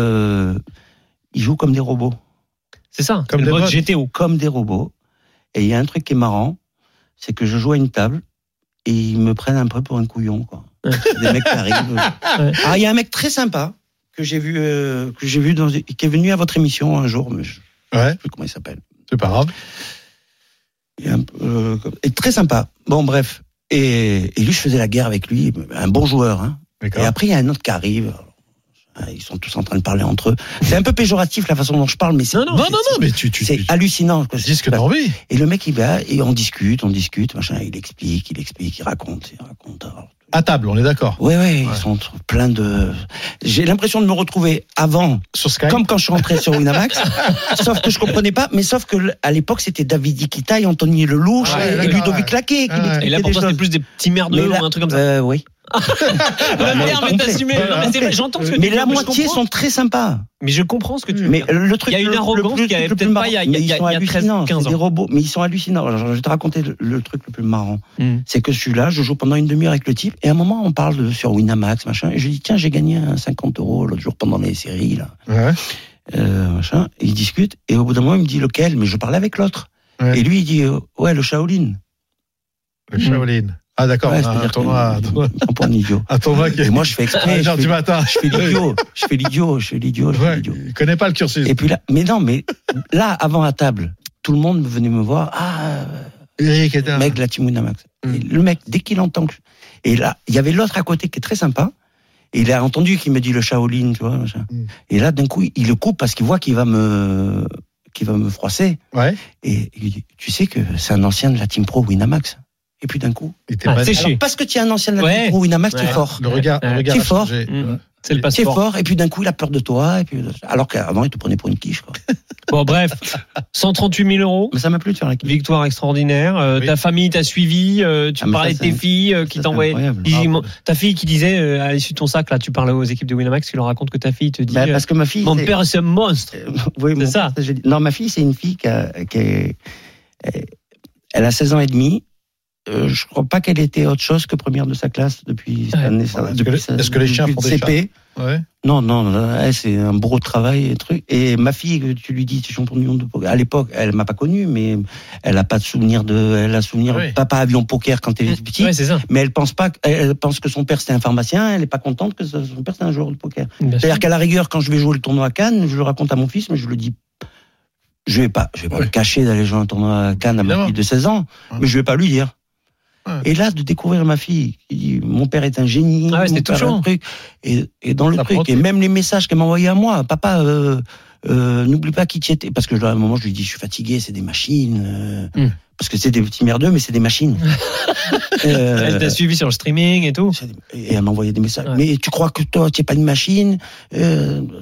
Ils jouent comme des robots. C'est ça. Comme le des mode bots. GTO. Comme des robots. Et il y a un truc qui est marrant, c'est que je joue à une table et ils me prennent un peu pour un couillon, quoi. Des mecs qui arrivent. Alors il y a un mec très sympa que j'ai vu qui est venu à votre émission un jour, mais je sais plus comment il s'appelle. C'est pas grave. Il est très sympa. Bon, bref. Et lui, je faisais la guerre avec lui, un bon joueur. Hein. Et après, il y a un autre qui arrive. Ils sont tous en train de parler entre eux. C'est un peu péjoratif la façon dont je parle, mais c'est non, mais c'est hallucinant. Dis ce que t'as envie. Et le mec, il va et on discute, machin. Il explique, il raconte. À table, on est d'accord. Ouais. Ils sont plein de. J'ai l'impression de me retrouver avant, sur Skype, comme quand je suis rentré sur Winamax. Sauf que je comprenais pas, mais sauf que à l'époque c'était David Iquita, Anthony Lelouch et Ludovic Laquet. Et là pour toi c'était plus des petits merdeux ou un truc comme ça. Oui. Le terme est assumé. J'entends ce que tu dis. Mais la moitié sont très sympas. Mais je comprends ce que tu veux. Mais le truc, il y a une arrogance qui avait peut-être pas il y a 13, 15 ans. C'est des robots, mais ils sont hallucinants. Alors, je vais te raconter le truc le plus marrant. C'est que je suis là, je joue pendant une demi-heure avec le type, et à un moment, on parle sur Winamax, machin, et je dis, tiens, j'ai gagné 50 € l'autre jour pendant les séries, là. Machin, et il discute, et au bout d'un moment, il me dit lequel, mais je parlais avec l'autre. Et lui, il dit, le Shaolin. Le Shaolin. Ah d'accord, un tournoi pour un idiot. Un tournoi qui est... Et moi je fais exprès. Du matin. Je fais l'idiot. Il connaît pas le cursus. Et puis là, mais là, avant à table, tout le monde venait me voir. Eric était mec de la Team Winamax. Le mec, dès qu'il entend que... Et là, il y avait l'autre à côté qui est très sympa. Et il a entendu qu'il me dit le Shaolin, tu vois. Machin. Et là, d'un coup, il le coupe parce qu'il voit qu'il va me froisser. Ouais. Et il dit, tu sais que c'est un ancien de la Team Pro Winamax. Et puis d'un coup, alors, parce que tu es un ancien de la Team Pro Winamax, tu es fort. Le regard tu es fort. C'est le passeport. Tu es fort. Et puis d'un coup, il a peur de toi. Et puis, alors qu'avant, il te prenait pour une quiche, quoi. Bon, bref, 138 000 €. Mais ça m'a plu de faire la quiche. Victoire extraordinaire. Ta famille t'a suivi. Tu parlais de tes filles qui t'envoyaient. Ta fille qui disait à l'issue de ton sac, là, tu parlais aux équipes de Winamax, tu leur racontes que ta fille te dit. Parce que ma fille. Mon père, c'est un monstre. Oui, c'est ça. Non, ma fille, c'est une fille elle a 16 ans et demi. Je crois pas qu'elle était autre chose que première de sa classe depuis cette année. Est-ce que les chiens font des CP? Ouais. Non, c'est un bourreau de travail et truc. Et ma fille, tu lui dis, tu es champion du monde de poker. À l'époque, elle m'a pas connu, mais elle a pas de souvenir papa avion poker quand elle était petite. Ouais, c'est ça. Mais elle pense que son père c'était un pharmacien. Elle est pas contente que son père c'était un joueur de poker. C'est-à-dire qu'à la rigueur, quand je vais jouer le tournoi à Cannes, je le raconte à mon fils, mais je le dis. Je vais pas me cacher d'aller jouer un tournoi à Cannes à ma fille de 16 ans, mais je vais pas lui dire. Et là, de découvrir ma fille, qui dit, mon père est un génie, c'était touchant. Et dans le truc, et même les messages qu'elle m'envoyait à moi, papa, n'oublie pas qui tu étais, parce que à un moment, je lui dis, je suis fatigué, c'est des machines, parce que c'est des petits merdeux, mais c'est des machines. Elle t'a suivi sur le streaming et tout. Et elle m'envoyait des messages. Mais tu crois que toi, tu n'es pas une machine?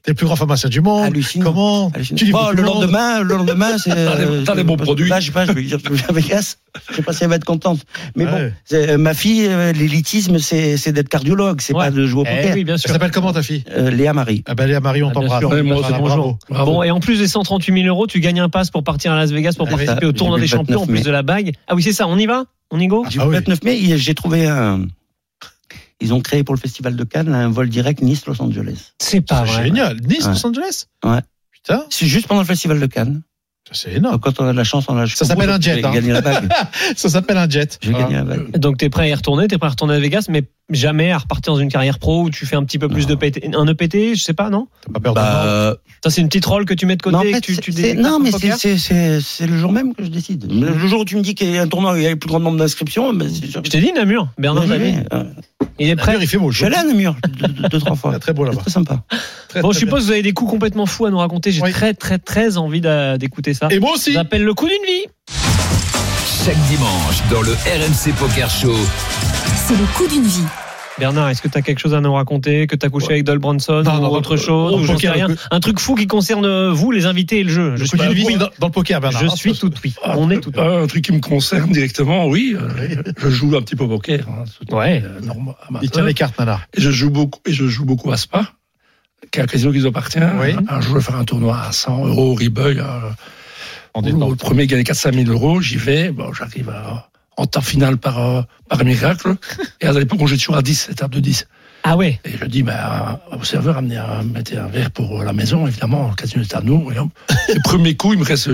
T'es le plus grand pharmacien du monde. Hallucinant. Comment tu dis le lendemain, c'est. T'as des bons produits. Là, je sais pas, je vais dire, je vais à Vegas. Je sais pas si elle va être contente. Mais bon, ma fille, l'élitisme, c'est d'être cardiologue, c'est pas de jouer au poker. Oui, bien sûr. Elle s'appelle comment ta fille? Léa Marie. Ah ben Léa Marie, on t'embrasse. Bonjour. Bon, et en plus des 138 000 €, tu gagnes un pass pour partir à Las Vegas pour participer au tournoi des champions en plus de la bague. Ah oui, c'est ça. On y va? On y go? Du 29 mai, j'ai trouvé ils ont créé pour le Festival de Cannes un vol direct Nice-Los Angeles. C'est pas vrai. Génial. Nice-Los Angeles? Ouais. Putain. C'est juste pendant le Festival de Cannes. C'est énorme. Donc, quand on a de la chance, on a. Ça s'appelle un jet. J'ai gagné la bague. Ça s'appelle un jet. J'ai gagné la bague. Donc t'es prêt à y retourner, à Vegas, mais jamais à repartir dans une carrière pro où tu fais un petit peu plus de PT, un EPT, je sais pas, non? T'as pas peur de mort? Ça c'est une petite rôle que tu mets de côté. Non, en fait, c'est le jour même que je décide. Le jour où tu me dis qu'il y a un tournoi où il y a le plus grand nombre d'inscriptions, je t'ai dit Namur, Bernard. Il est prêt. Namur, il fait beau. Je suis allé à Namur 2-3 fois. C'est très beau là-bas. C'est très sympa. Bon, je suppose que vous avez des coups complètement fous à nous raconter. J'ai très envie d'écouter ça. Et moi aussi. Ça s'appelle le coup d'une vie. Chaque dimanche, dans le RMC Poker Show. C'est le coup d'une vie. Bernard, est-ce que tu as quelque chose à nous raconter? Que tu as couché avec Dol Bronson ou autre chose? Ou j'en sais rien. Un truc fou qui concerne vous, les invités et le jeu. Je suis d'une vie dans le poker, Bernard. Je suis tout oui. On est tout oui. Un truc qui me concerne directement, oui. Je joue un petit peu au poker. Ouais. Il tient les cartes, Nana. Et je joue beaucoup à Spa, qui est un casino qui nous appartient. Un jour, je vais faire un tournoi à 100 € au Ribeul. Le premier gagne 400 000 €. J'y vais. Bon, j'arrive en temps final par miracle. Et à l'époque, on joue toujours à 10, étape de 10. Ah ouais. Et je dis, au serveur, mettez un verre pour la maison, évidemment, le casino est à nous. Et le premier coup, il me reste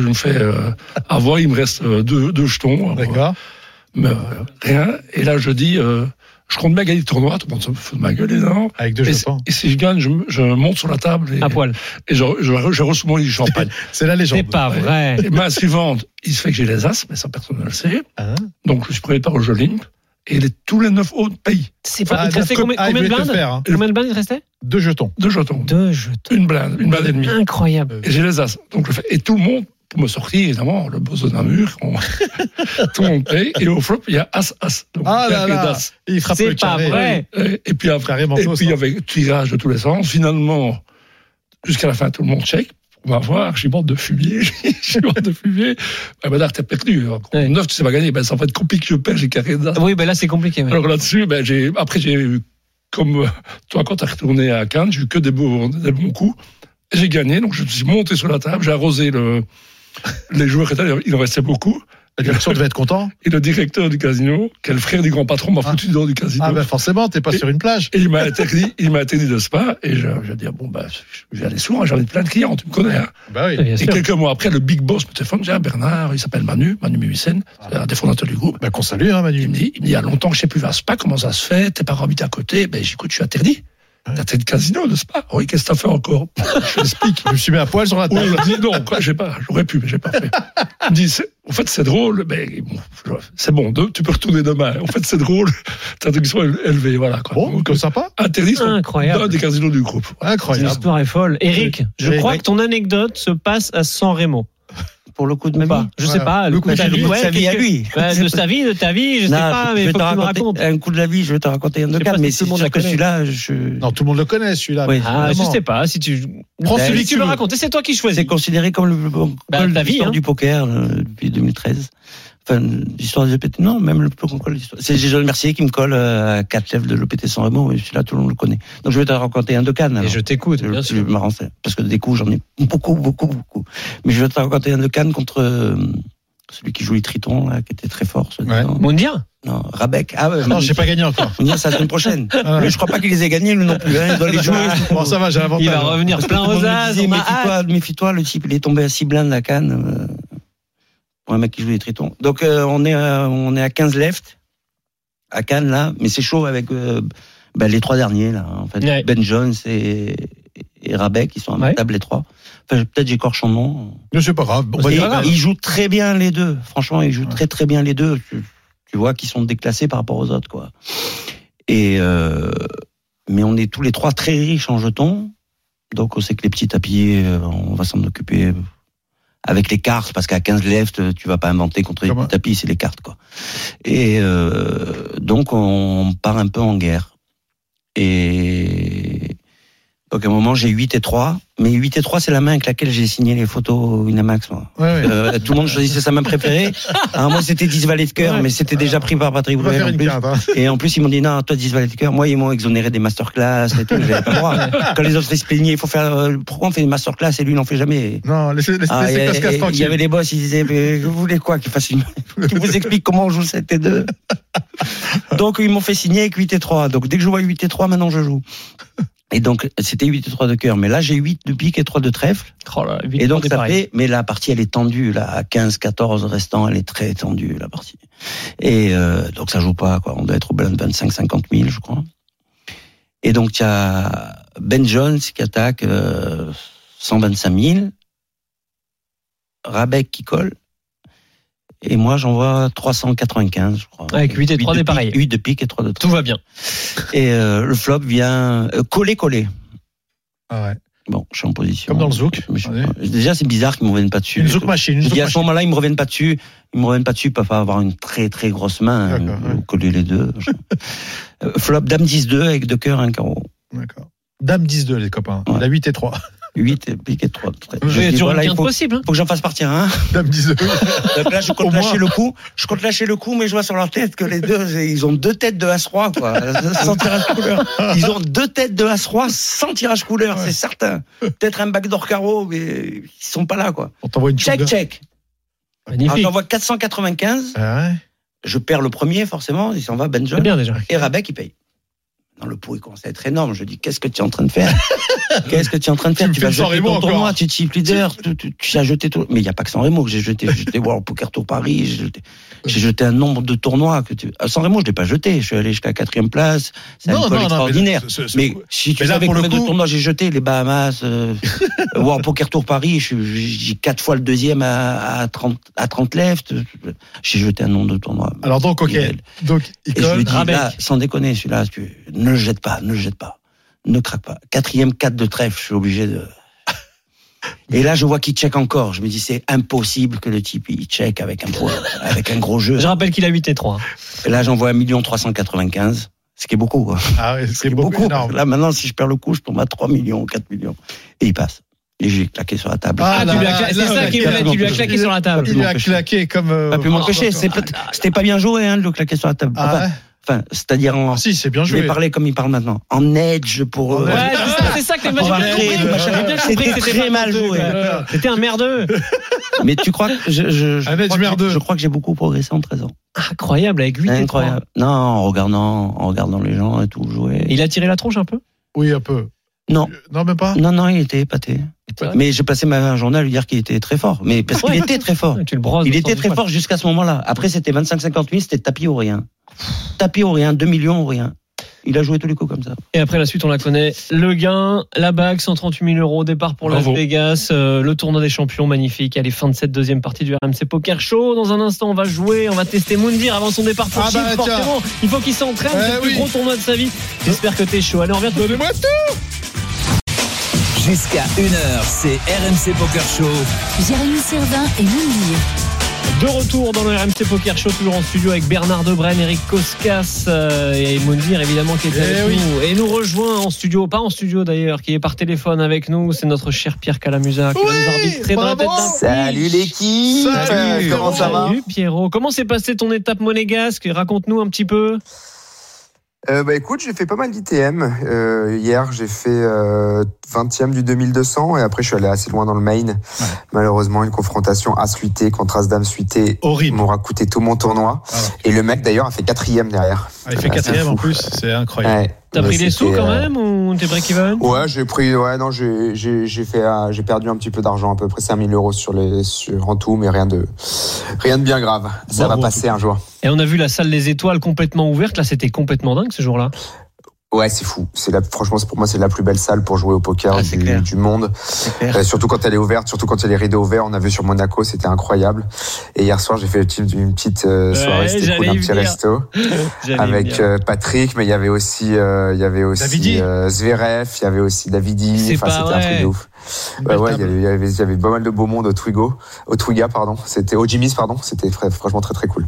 2 jetons. D'accord. Mais rien. Et là, je dis, je compte bien gagner le tournoi, tout le monde se fout de ma gueule, évidemment. Avec 2 jetons. Et si je gagne, je monte sur la table. À poil. Et je reçois mon lit de champagne. C'est la légende. C'est pas vrai. Et main suivante, il se fait que j'ai les as, mais ça, personne ne le sait. Donc, je suis premier par au jeu limp. Et tous les 9 autres pays. C'est pas. Il te restait combien de blindes? Combien de blindes il restait? 2 jetons. 2 jetons. 2 jetons. Une blinde et demie. Incroyable. Et j'ai les as. Donc, je fais. Et tout le monde, pour me sortir, évidemment, le boss de Namur, tout le monde paye. Et au flop, il y a as. Donc, il frappe c'est le carré. C'est pas vrai. Et puis après, il y avait tirage de tous les sens. Finalement, jusqu'à la fin, tout le monde check. On va voir, je suis mort de fumier. T'as perdu. 9, tu sais pas gagner. Ça va être compliqué que je perds, j'ai carré d'as. Oui, là, c'est compliqué. Alors là-dessus, après, j'ai eu, comme toi, quand t'as retourné à Cannes, j'ai eu que des bons coups. J'ai gagné, donc je suis monté sur la table, j'ai arrosé les joueurs, il en restait beaucoup. La direction devait être content. Et le directeur du casino, qui est le frère du grand patron, m'a foutu dehors du casino. Ah ben forcément, t'es pas sur une plage. Et il m'a interdit de Spa. Et je dis, je vais aller souvent, j'en ai plein de clients, tu me connais. Hein. Bah oui. Et quelques mois après, le big boss me téléphone, Bernard, il s'appelle Manu Méhussen, c'est un des fondateurs du groupe. Qu'on salue, hein, Manu. Il me dit, il y a longtemps que je sais plus à Spa, comment ça se fait, tes parents habitent à côté, j'écoute, je suis interdit. T'as fait le casino, n'est-ce pas? Oui, qu'est-ce que t'as fait encore? Je l'explique. Je me suis mis à poil sur la table. Oui, il me dit non, j'aurais pu, mais j'ai pas fait. Il me dit, en fait, c'est drôle, mais bon, c'est bon, tu peux retourner demain. En fait, c'est drôle, ta traduction est élevée, voilà, quoi. Bon, donc, sympa. Interdit dans des casinos du groupe. Incroyable. L'histoire est folle. Eric, je crois que ton anecdote se passe à San Remo. Pour le coup de ma vie. Je sais pas, le coup de sa vie. Sa vie à lui. De ta vie, je sais pas, mais il faut que tu me racontes. Un coup de la vie, je vais te raconter un de cas, mais c'est sûr que celui-là, Non, tout le monde le connaît, celui-là. Je sais pas, si tu. Prends celui que tu veux raconter, c'est toi qui choisis. C'est considéré comme l'histoire du poker depuis 2013. Enfin, l'histoire des EPT, non, même le plus grand col de l'histoire. C'est Jason Mercier qui me colle à 4 lèvres de l'EPT San Remo, et celui-là, tout le monde le connaît. Donc, je vais te raconter un de Cannes. Et je t'écoute, bien sûr. Marrant, parce que des coups, j'en ai beaucoup. Mais je vais te raconter un de Cannes contre celui qui joue les Tritons, là, qui était très fort. Mondia? Non, Rabec. Non, j'ai pas gagné encore. Mondia, c'est la semaine prochaine. Mais je crois pas qu'il les ait gagnés, lui non plus. Il doit les jouer. Bon, ça va, j'ai inventé. Il va revenir plein aux as. Méfie-toi, le type, il est tombé à 6 blindes à Cannes. Pour un mec qui joue les Tritons. Donc on est à 15 left à Cannes là, mais c'est chaud avec les 3 derniers là. En fait, ouais. Ben Jones et Rabec, ils sont à ma table les 3. Enfin, peut-être j'écorche son nom. Mais c'est pas grave. Ils jouent très bien les deux. Franchement, ils jouent très bien les deux. Tu vois qu'ils sont déclassés par rapport aux autres quoi. Et mais on est tous les 3 très riches en jetons. Donc on sait que les petits tapis, on va s'en occuper. Avec les cartes, parce qu'à 15 left, tu vas pas inventer contre les tapis, c'est les cartes, quoi. Et donc, on part un peu en guerre. Et Donc à un moment j'ai 8-3, mais 8-3 c'est la main avec laquelle j'ai signé les photos Winamax. Moi. Tout le monde choisissait sa main préférée. Alors moi c'était 10 valets de cœur, mais c'était déjà pris par Patrick Bruel en plus. Et en plus ils m'ont dit non, toi 10 valets de cœur. Moi ils m'ont exonéré des masterclass et tout. J'avais pas le droit. Quand les autres se plaignaient, il faut faire. Pourquoi on fait une masterclass et lui il n'en fait jamais? Non, laissez tranquille. Il y avait les boss, ils disaient mais vous voulez quoi qu'il fasse une. Je vous explique comment on joue 7-2. Donc ils m'ont fait signer avec 8-3. Donc dès que je vois 8-3, maintenant je joue. Et donc, c'était 8-3 de cœur. Mais là, j'ai 8 de pique et 3 de trèfle. Oh là, et donc, ça fait, mais la partie, elle est tendue, là. À 15-14 restants, elle est très tendue, la partie. Et, donc, ça joue pas, quoi. On doit être au blind 25-50 000, je crois. Et donc, il y a Ben Jones qui attaque, 125 000. Rabec qui colle. Et moi, j'en vois 395, je crois. Avec 8 et 3 des pareils. 8 de pique et 3 de trait. Tout va bien. Et le flop vient coller. Ah ouais. Bon, je suis en position. Comme dans le zouk. Déjà, c'est bizarre qu'ils me reviennent pas dessus. Une zouk machine. Je dis à ce moment-là, ils me reviennent pas dessus. Ils me reviennent pas dessus. Ils peuvent pas avoir une très très grosse main. Coller les deux. Flop, dame 10-2 avec 2 cœurs, 1 carreau. D'accord. Dame 10-2, les copains. Ouais. La 8 et 3. 8 et pique et 3. Il faut que j'en fasse partir un. Dame 10-2. Donc là, je compte lâcher le coup. Je compte lâcher le coup, mais je vois sur leur tête que les deux, ils ont 2 têtes de As-Roi, quoi. Sans tirage couleur. Ils ont 2 têtes de As-Roi sans tirage couleur, c'est certain. Peut-être un backdoor carreau, mais ils sont pas là, quoi. On t'envoie une check. Magnifique. Alors, j'envoie 495. Ah ouais. Je perds le premier, forcément. Il s'en va, Ben John. C'est bien, déjà. Et Rabec, il paye. Dans le pot, il commence à être énorme. Je dis, qu'est-ce que tu es en train de faire? Tu vas jeter ton tournoi, tu es chip leader, tu as jeté tout. Mais il n'y a pas que San Remo que j'ai jeté. J'ai jeté World Poker Tour Paris, j'ai jeté un nombre de tournois San Remo, je l'ai pas jeté. Je suis allé jusqu'à 4e place. C'est un col extraordinaire. Mais si tu savais combien de tournois j'ai jeté, les Bahamas, World Poker Tour Paris, j'ai 4 fois le deuxième à 30 left. J'ai jeté un nombre de tournois. Alors donc, ok. Donc, et je lui dis, là, sans déconner, celui-là, ne le jette pas. Ne craque pas. 4e 4 de trèfle, je suis obligé de... Et là, je vois qu'il check encore. Je me dis, c'est impossible que le type, il check avec un gros jeu. Je rappelle qu'il a 8 et 3. Et là, j'envoie 1 395 000. Ce qui est beaucoup, quoi. Ah oui, c'est beaucoup. Là, maintenant, si je perds le coup, je tombe à 3 millions, 4 millions. Et il passe. Et j'ai claqué sur la table. C'est ça qui lui a claqué sur la table. Il a claqué comme... Pas pu m'empêcher. C'était pas bien joué, de le claquer sur la table. Enfin, c'est-à-dire en. Si, c'est bien joué. Je vais parler comme il parle maintenant. En edge pour. Ouais, c'est ça que les matchs. C'était très mal joué. C'était un merdeux. Mais tu crois que un edge merdeux. Je crois que j'ai beaucoup progressé en 13 ans. Incroyable, avec 8 et 3. Incroyable. Non, en regardant les gens et tout jouer. Il a tiré la tronche un peu? Oui, un peu. Non. Non, même pas? Non, il était épaté. Mais j'ai passé ma journée à lui dire qu'il était très fort. Mais parce qu'il était très fort. Il était très fort jusqu'à ce moment-là. Après, c'était 25-50 000, c'était tapis ou rien. 2 millions ou rien. Il a joué tous les coups comme ça. Et après, la suite, on la connaît. Le gain, la bague, 138 000 €, départ pour Las Vegas, le tournoi des champions, magnifique. Allez, fin de cette deuxième partie du RMC Poker Show. Dans un instant, on va jouer, on va tester Moundir avant son départ pour Chypre. Forcément, il faut qu'il s'entraîne, c'est le plus gros tournoi de sa vie. J'espère que t'es chaud. Allez, on revient. Donnez-moi tout. Jusqu'à 1h, c'est RMC Poker Show. Jérémy Servin et Moundir. De retour dans le RMC Poker Show, toujours en studio avec Bernard Debrenne, Eric Koskas et Moundir évidemment qui est avec nous. Et nous rejoint en studio, pas en studio d'ailleurs, qui est par téléphone avec nous, c'est notre cher Pierre Calamusa qui va nous arbitrer dans la tête d'un Salut l'équipe. Salut. Comment ça va? Salut Pierrot. Comment s'est passée ton étape monégasque? Raconte-nous un petit peu. Écoute, j'ai fait pas mal d'ITM. Hier, j'ai fait 20e du 2200 et après je suis allé assez loin dans le main. Ouais. Malheureusement, une confrontation as-suité contre as-dame suité m'aura coûté tout mon tournoi. Et le mec d'ailleurs a fait 4e derrière. Il fait 4e en plus, c'est incroyable. Ouais. T'as pris des sous quand même ou t'es break-even? Ouais, j'ai perdu un petit peu d'argent, à peu près 5 000 € en tout, mais rien de bien grave. Ça va passer un jour. Et on a vu la salle des étoiles complètement ouverte, là c'était complètement dingue ce jour-là. Ouais, c'est fou. Franchement, pour moi, c'est la plus belle salle pour jouer au poker du monde. Surtout quand elle est ouverte, surtout quand il y a les rideaux ouverts. On a vu sur Monaco, c'était incroyable. Et hier soir, j'ai fait une petite soirée, c'était cool, un petit resto avec Patrick, mais il y avait aussi Zverev, il y avait aussi Davidi. Enfin, c'était un truc de ouf. Il y avait pas mal de beau monde au Twiga, pardon. C'était au Jimmy's, pardon. C'était franchement très très cool.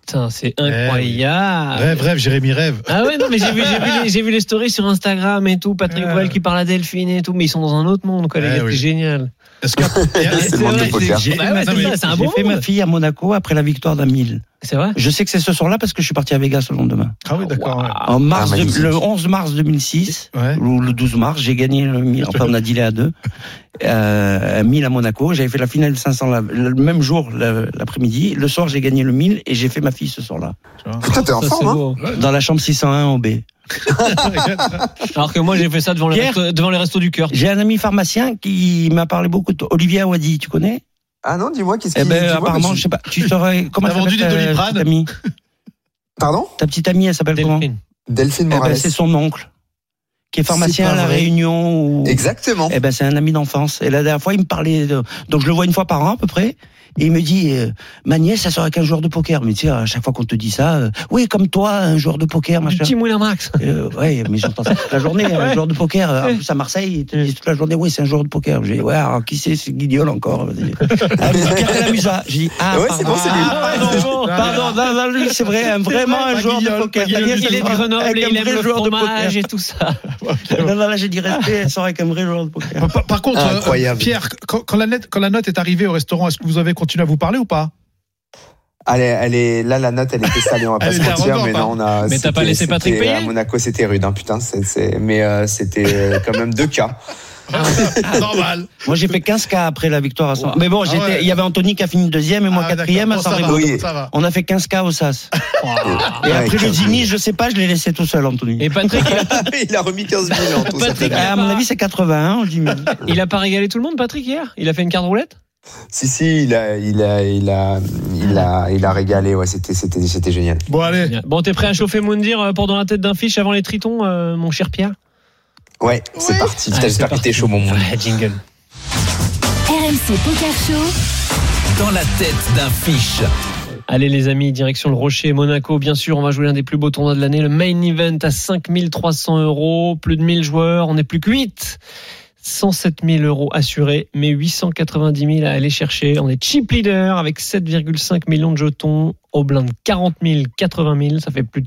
Putain, c'est incroyable. Rêve, Jérémy rêve. Ah ouais, non, mais j'ai vu les stories sur Instagram et tout. Patrick Bruel qui parle à Delphine et tout, mais ils sont dans un autre monde, quoi, les gars, c'est génial. C'est le monde du poker. C'est un bon J'ai fait ma fille à Monaco après la victoire d'Amil. C'est vrai? Je sais que c'est ce soir-là parce que je suis parti à Vegas le lendemain. Ah oui, d'accord. En mars, le 11 mars 2006, ou le 12 mars, j'ai gagné le 1000. Enfin, on a dealé à 2. 1000 à Monaco. J'avais fait la finale 500 le même jour, l'après-midi. Le soir, j'ai gagné le 1000 et j'ai fait ma fille ce soir-là. Putain, t'es en forme, hein? Dans la chambre 601 au B. Alors que moi, j'ai fait ça devant les restos du cœur. J'ai un ami pharmacien qui m'a parlé beaucoup de Olivier Awadi, tu connais? Ah non, dis-moi, qu'est-ce qu'il apparemment, je sais pas, tu saurais, comment elle s'appelle ta petite amie? Pardon? Ta petite amie, elle s'appelle comment? Delphine Morales. C'est son oncle, qui est pharmacien à La Réunion. Exactement. C'est un ami d'enfance. Et la dernière fois, il me parlait donc je le vois une fois par an, à peu près. Et il me dit, ma nièce, ça serait qu'un joueur de poker. Mais tu sais, à chaque fois qu'on te dit ça, oui, comme toi, un joueur de poker, machin. Petit Winamax. Ouais, mais j'entends ça toute la journée, un joueur de poker. En plus, à Marseille, ils te disent toute la journée, oui, c'est un joueur de poker. J'ai dit, ouais, alors, qui c'est Guignol encore? Pierre Lamusa. J'ai dit, ouais, c'est bon, c'est lui. Pardon, non, lui, c'est vrai, vraiment un joueur de poker. Il est de Grenoble, il aime le fromage et tout ça. Non, là, j'ai dit respect, elle sort avec un vrai joueur de poker. Par contre, Pierre, quand la note est arrivée au restaurant, est-ce que vous avez continué à vous parler ou pas? Elle est là, la note, elle était salée, on va pas se mentir, mais non, Mais t'as pas laissé Patrick payer? À Monaco, c'était rude, hein, putain, mais c'était quand même 2 cas. Normal. Moi, j'ai fait 15K après la victoire à Sens. Mais bon, il y avait Anthony qui a fini 2e et moi 4e à San-Remo. On a fait 15K au SAS. Et après le Zini, je sais pas, je l'ai laissé tout seul, Anthony. Et Patrick, il a remis 15 000 en tout. Patrick, à mon avis, c'est 81 au 10 000. Il a pas régalé tout le monde, Patrick, hier? Il a fait une carte roulette? Si, il a régalé, ouais, c'était génial. Bon, allez. Bon, t'es prêt à chauffer Moundir pour dans la tête d'un fiche avant les tritons, mon cher Pierre? Ouais, c'est parti. J'espère que t'es chaud, mon monde. Ouais, jingle. RMC Poker Show. Dans la tête d'un fiche. Allez les amis, direction le Rocher, Monaco, bien sûr, on va jouer l'un des plus beaux tournois de l'année, le Main Event à 5 300 €, plus de 1000 joueurs, on n'est plus que 8. 107 000 € assurés, mais 890 000 à aller chercher. On est chip leader avec 7,5 millions de jetons, au blind 40 000, 80 000, ça fait plus de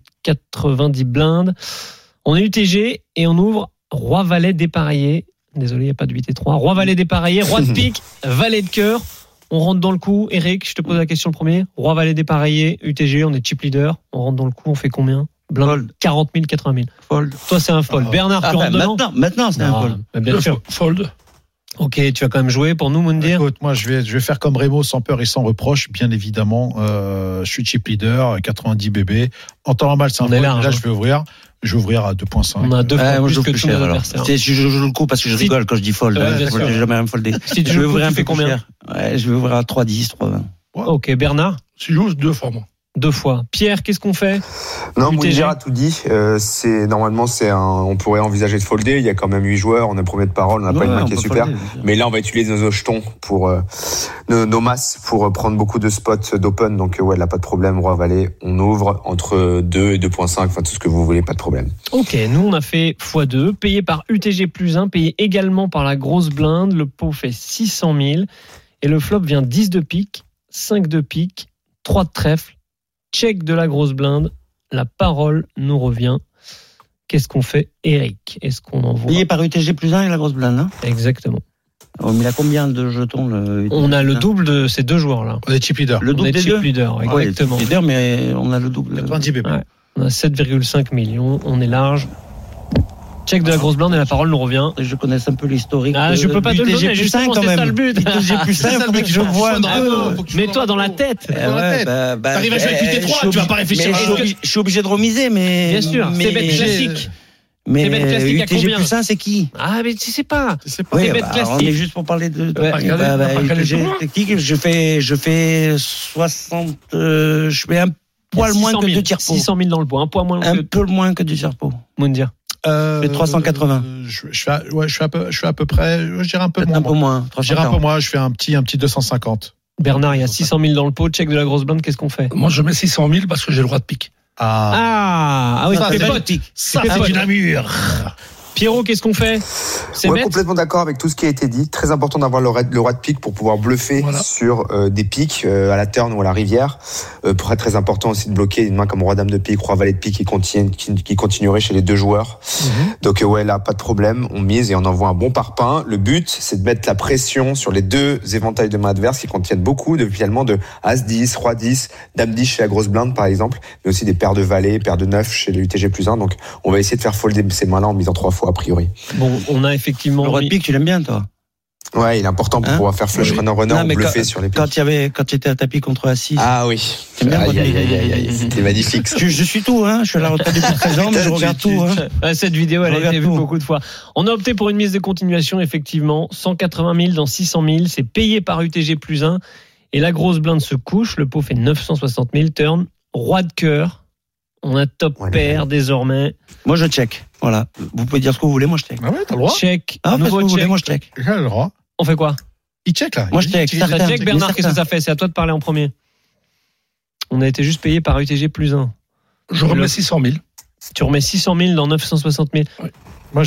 90 blindes. On est UTG et on ouvre Roi-Valet dépareillé. Désolé, il n'y a pas de 8 et 3. Roi-Valet dépareillé, Roi de pique, Valet de cœur. On rentre dans le coup. Eric, je te pose la question le premier. Roi-Valet dépareillé, UTG, on est chip leader. On rentre dans le coup, on fait combien? Blind 40 000, 80 000. Fold. Toi, c'est un fold. Bernard, tu rentres dedans? Maintenant, c'est un fold. Bien sûr. Fold. Ok, tu vas quand même jouer pour nous, Moundir. Écoute, moi, je vais faire comme Rémo, sans peur et sans reproche, bien évidemment. Je suis chip leader, 90 bébés. En temps normal, c'est un fold. Là, je vais ouvrir. Je vais ouvrir à 2.5. On a 2 fois moi, plus je que plus tous les cher, adversaires. Je joue le coup parce que je rigole quand je dis fold. Je n'ai jamais rien foldé. Si tu veux ouvrir, tu fais combien? Ouais, je vais ouvrir à 3,10, 3,20. Ok, Bernard? Tu joues 2 fois, moi. 2 fois. Pierre, qu'est-ce qu'on fait? Non, Moundir a tout dit. Normalement, on pourrait envisager de folder. Il y a quand même 8 joueurs. On a premier de parole. On n'a pas une main qui est super. Mais là, on va utiliser nos jetons pour nos masses pour prendre beaucoup de spots d'open. Donc, ouais, là, pas de problème. Roi-Valet, on ouvre entre 2 et 2.5. Enfin, tout ce que vous voulez, pas de problème. Ok, nous, on a fait x2, payé par UTG plus 1, payé également par la grosse blinde. Le pot fait 600 000. Et le flop vient 10 de pique, 5 de pique, 3 de trèfle. Check de la grosse blinde, la parole nous revient. Qu'est-ce qu'on fait, Eric? Est-ce qu'on envoie? Payé par UTG plus 1 et la grosse blinde, hein? Exactement. Oh, mais il a combien de jetons le UTG? On a le double de ces 2 joueurs-là. On est chip leader. Le double des chip leader, exactement. Chip leader, mais on a le double. 90 bébés. Ouais. On a 7,5 millions, on est large. Check de la grosse blinde et la parole nous revient. Je connais un peu l'historique. Je peux pas te le donner, justement, c'est ça le but. UTG plus 1, il faudrait que je vois un peu. Mets-toi dans la tête. T'arrives à jouer avec 8 et 3, tu vas pas réfléchir. Je suis obligé de remiser, mais. Bien sûr, c'est bête classique. Mais UTG plus 1, c'est qui? Ah, mais tu sais pas. C'est bête classique. On est juste pour parler de. UTG technique, je fais 60. Je fais un poil moins que 2 tiers-pot. 600 000 dans le pot, un poil moins que. Un peu moins que du tiers-pot. Moundir. Je fais 380. Je suis à peu près, je dirais un peu moins. Un peu moins. Je dirais un peu moins, je fais un petit 250. Bernard, il y a 600 000 dans le pot, check de la grosse blinde, qu'est-ce qu'on fait? Moi, je mets 600 000 parce que j'ai le droit de pique. Ah oui, ça, c'est c'est pote. Ça, c'est une amure. Pierrot, qu'est-ce qu'on fait? Complètement d'accord avec tout ce qui a été dit. Très important d'avoir le roi de pique pour pouvoir bluffer sur des piques à la turn ou à la rivière. Pour être très important aussi de bloquer une main comme roi dame de pique, roi valet de pique qui continuerait chez les deux joueurs. Donc là, pas de problème. On mise et on envoie un bon parpaing. Le but, c'est de mettre la pression sur les deux éventails de mains adverses qui contiennent beaucoup finalement de As-10, Roi-10, Dame-10 chez la grosse blinde par exemple, mais aussi des paires de valets, paires de 9 chez le UTG+1. Donc on va essayer de faire folder ces mains-là en misant 3 fois a priori. Bon, on a effectivement... Le roi de pique, tu l'aimes bien toi? Ouais, il est important pour pouvoir faire flush runner ou bluffer sur les piques. Quand tu étais à tapis contre Assis. Ah oui. C'était magnifique. Je suis tout, je suis à la retraite depuis 13 ans, mais je regarde tout. Cette vidéo, elle a été vue beaucoup de fois. On a opté pour une mise de continuation, effectivement. 180 000 dans 600 000. C'est payé par UTG+1. Et la grosse blinde se couche. Le pot fait 960 000. Turn. Roi de cœur. On a top pair désormais. Moi, je check. Voilà. Vous pouvez dire ce que vous voulez, moi je check. Ah ouais, t'as le droit. Check. Nouveau check. Voulez, moi je check. J'ai le droit. On fait quoi? Il check là. Moi je check. Ça check, Bernard, qu'est-ce que ça fait? C'est à toi de parler en premier. On a été juste payé par UTG+1. Je remets 600 000. Tu remets 600 000 dans 960 000. Oui. Moi,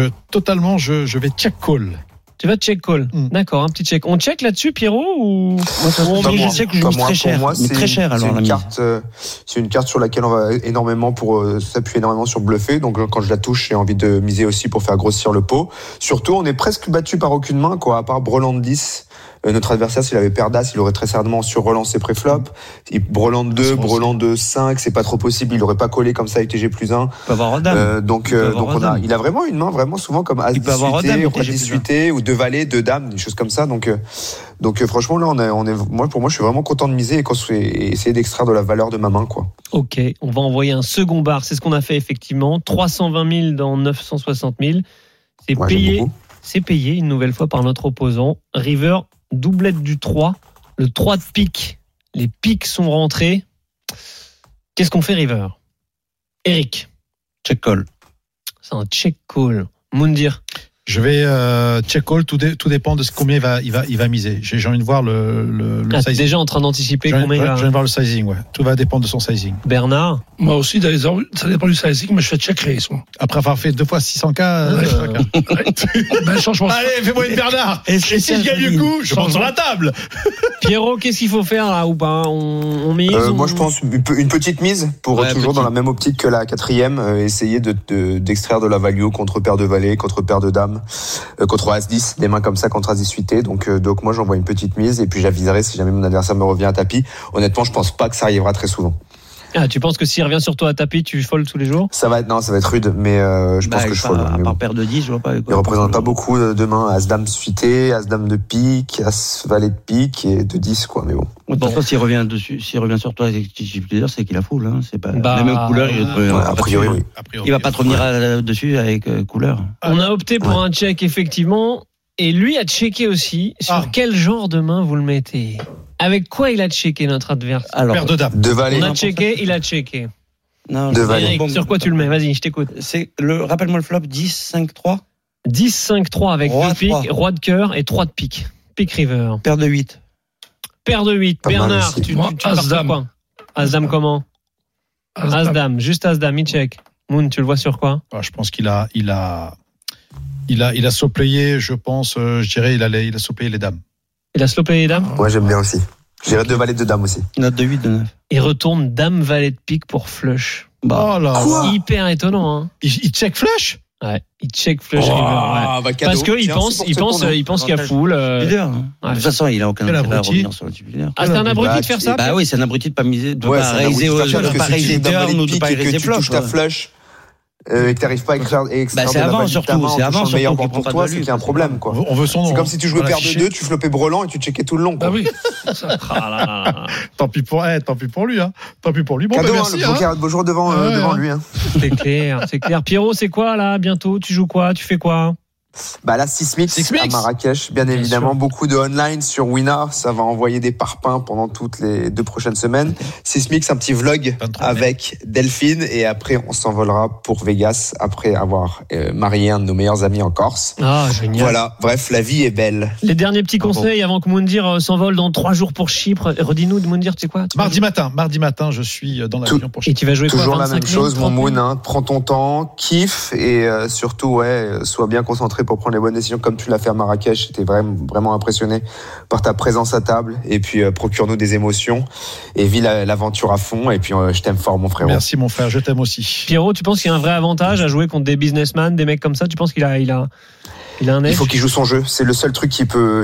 je vais check call. Tu vas check call. D'accord, un petit check. On check là-dessus, Pierrot, ou je sais que je joue très cher. Moi, mais très cher alors. C'est une carte sur laquelle on va énormément s'appuyer énormément sur bluffer. Donc quand je la touche, j'ai envie de miser aussi pour faire grossir le pot. Surtout, on est presque battu par aucune main, quoi, à part brelan de 10. Notre adversaire, s'il avait paire d'as, il aurait très certainement sur-relancé pré-flop. Brelan de 2, brelan de 5, c'est pas trop possible. Il aurait pas collé comme ça UTG+1. Il peut avoir dame. Il a vraiment une main vraiment souvent comme as 18, roi 18 ou 2 valets, 2 dames, des choses comme ça. Donc franchement, là, pour moi, je suis vraiment content de miser et essayer d'extraire de la valeur de ma main, quoi. Ok, on va envoyer un second bar. C'est ce qu'on a fait effectivement. 320 000 dans 960 000. C'est payé. C'est payé une nouvelle fois par notre opposant. River, doublette du 3. Le 3 de pique. Les piques sont rentrés. Qu'est-ce qu'on fait, River? Eric. Check call. C'est un check call. Moundir. Je vais check call, tout dépend de combien il va miser. J'ai envie de voir le sizing. Déjà en train d'anticiper combien il va... J'ai envie de voir le sizing, ouais. Tout va dépendre de son sizing. Bernard. Moi aussi, ça dépend du sizing, mais je fais check raise. Après avoir fait 2 fois 600K. Changement. Allez, fais-moi une Bernard. Et si je gagne le coup, je monte sur la table. Pierrot, qu'est-ce qu'il faut faire là ou pas? On mise Moi, je pense une petite mise pour toujours dans la même optique que la 4e, essayer d'extraire de la value contre paire de valets, contre paire de dames. Contre As-10, des mains comme ça contre As-10 donc moi j'envoie une petite mise et puis j'aviserai si jamais mon adversaire me revient à tapis. Honnêtement, je pense pas que ça arrivera très souvent. Ah, tu penses que s'il revient sur toi à tapis, tu fold tous les jours? Ça va être rude, mais je pense que je fold. À part paire de 10, je vois pas. Il représente pas beaucoup de mains. As-dame suité, As-dame de pique, As-valet de pique et de 10, quoi, mais bon. De toute façon, s'il revient sur toi avec TG+, c'est qu'il a full, C'est pas la même couleur. A priori, oui. Il va pas te revenir dessus avec couleur. On a opté pour un check, effectivement. Et lui a checké aussi. Sur quel genre de main vous le mettez? Avec quoi il a checké notre adversaire? Alors, paire de dames. De valets. On a checké, il a checké. Non, de valets. Eric, sur quoi tu le mets? Vas-y, je t'écoute. Rappelle-moi le flop, 10, 5, 3. 10, 5, 3 avec 2 piques, roi de cœur et 3 de pique. Pique river. Paire de 8. Paire de 8. Bernard, tu pars sur quoi? As-dame comment? As-dame, juste As-dame, il check. Moon, tu le vois sur quoi? Je pense qu'il a slow-playé, je pense, je dirais, il a slow-playé les dames. Il a slow-playé les dames? Ouais, j'aime bien aussi. J'irais 2 valets de dames aussi. Note de 8, de 9. Il retourne dame valet de pique pour flush. Hyper étonnant, Il check flush? Ouais, il check flush river. Ouais. Parce que il pense qu'il y a full. De toute façon, il a aucun intérêt à revenir sur le type leader. Ah, c'est un abruti de faire ça? Bah oui, c'est un abruti de pas miser, de pas raiser turn ou de pas raiser flop. Tu touches ta flush. Et que t'arrives pas à extraire c'est avant surtout, meilleur pour toi, c'est qu'il y a un problème, quoi. On veut son nom. C'est comme si tu jouais paire de 2, tu flopais brelan et tu checkais tout le long, quoi. Ah oui. Tant pis pour lui, Tant pis pour lui. Bon, cadeau, merci. Le poker, beau jour devant lui, C'est clair. Pierrot, c'est quoi, là, bientôt? Tu joues quoi? Tu fais quoi? Là, Sismix à Marrakech, bien évidemment. Beaucoup de online sur Wina. Ça va envoyer des parpaings pendant toutes les 2 prochaines semaines. Sismix, un petit vlog avec Delphine. Et après, on s'envolera pour Vegas après avoir marié un de nos meilleurs amis en Corse. Ah, génial. Voilà. Bref, la vie est belle. Les derniers petits conseils avant que Moundir s'envole dans 3 jours pour Chypre. Redis-nous, Moundir, tu sais quoi? Mardi matin, je suis dans l'avion pour Chypre. Et tu vas jouer quoi? Toujours la même chose, mon Moon. Prends ton temps, kiffe et surtout, sois bien concentré pour prendre les bonnes décisions comme tu l'as fait à Marrakech. J'étais vraiment impressionné par ta présence à table et puis procure-nous des émotions et vis l'aventure à fond et puis je t'aime fort mon frérot. Merci mon frère, je t'aime aussi. Pierrot, tu penses qu'il y a un vrai avantage à jouer contre des businessmen, des mecs comme ça? Tu penses qu'il a un edge? Il faut qu'il joue son jeu. C'est le seul truc qui peut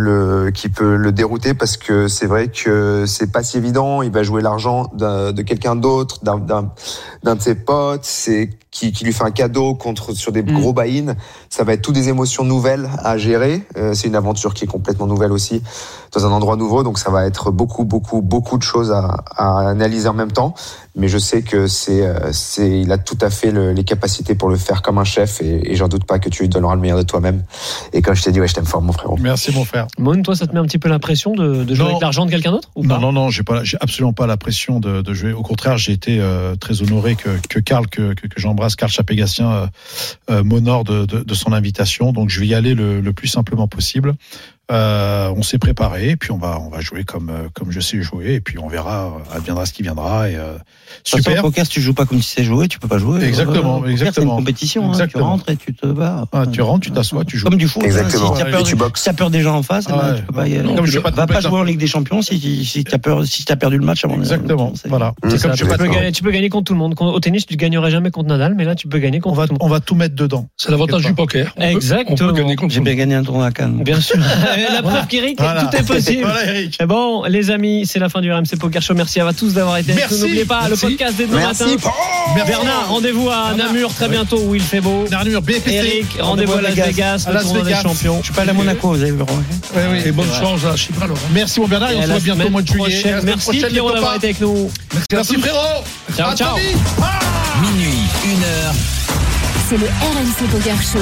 le dérouter parce que c'est vrai que c'est pas si évident. Il va jouer l'argent de quelqu'un d'autre, d'un de ses potes. C'est qui lui fait un cadeau sur des gros buy-in. Ça va être toutes des émotions nouvelles à gérer. C'est une aventure qui est complètement nouvelle aussi, dans un endroit nouveau. Donc ça va être beaucoup de choses à analyser en même temps. Mais je sais que il a tout à fait les capacités pour le faire comme un chef et j'en doute pas que tu lui donneras le meilleur de toi-même. Et comme je t'ai dit, je t'aime fort mon frérot. Merci mon frère. Mon, toi, ça te met un petit peu la pression de jouer avec l'argent de quelqu'un d'autre ou pas? Non, j'ai absolument pas la pression de jouer. Au contraire, j'ai été très honoré que Karl, que j'embrasse, Karl Chapégassien, m'honore de son invitation. Donc je vais y aller le plus simplement possible. On s'est préparé et puis on va jouer comme je sais jouer et puis on verra, adviendra ce qui viendra et super. Au poker, si tu joues pas comme tu sais jouer, tu peux pas jouer. Exactement. C'est une compétition. Tu rentres et tu te bats. Tu rentres, tu t'assois, tu joues. Comme du foot. Exactement. Si t'as peur des gens en face, tu peux pas y aller. Va pas jouer en Ligue des Champions si t'as perdu le match avant. Exactement. Voilà. Tu peux gagner contre tout le monde. Au tennis, tu gagnerais jamais contre Nadal, mais là, tu peux gagner contre tout le monde. On va tout mettre dedans. C'est l'avantage du poker. Exactement. On peut gagner contre. J'ai bien gagné un tournoi à Cannes. Bien sûr. La preuve qu'Eric, tout est possible. Voilà, Eric. Bon, les amis, c'est la fin du RMC Poker Show. Merci à tous d'avoir été avec nous. N'oubliez pas le podcast dès demain matin. Bernard, rendez-vous à Namur très bientôt où il fait beau. Namur, BPC. Eric, rendez-vous à Las Vegas, le tournoi des champions. Je suis pas allé à Monaco, vous avez vu. Oui. Et bonne chance à Chypre alors. Merci mon Bernard, on se voit bientôt au mois de juillet. Merci Pierrot d'avoir été avec nous. Merci frérot. Ciao. Minuit, 1h. C'est le RMC Poker Show.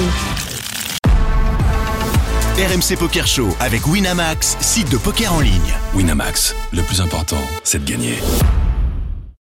RMC Poker Show avec Winamax, site de poker en ligne. Winamax, le plus important, c'est de gagner.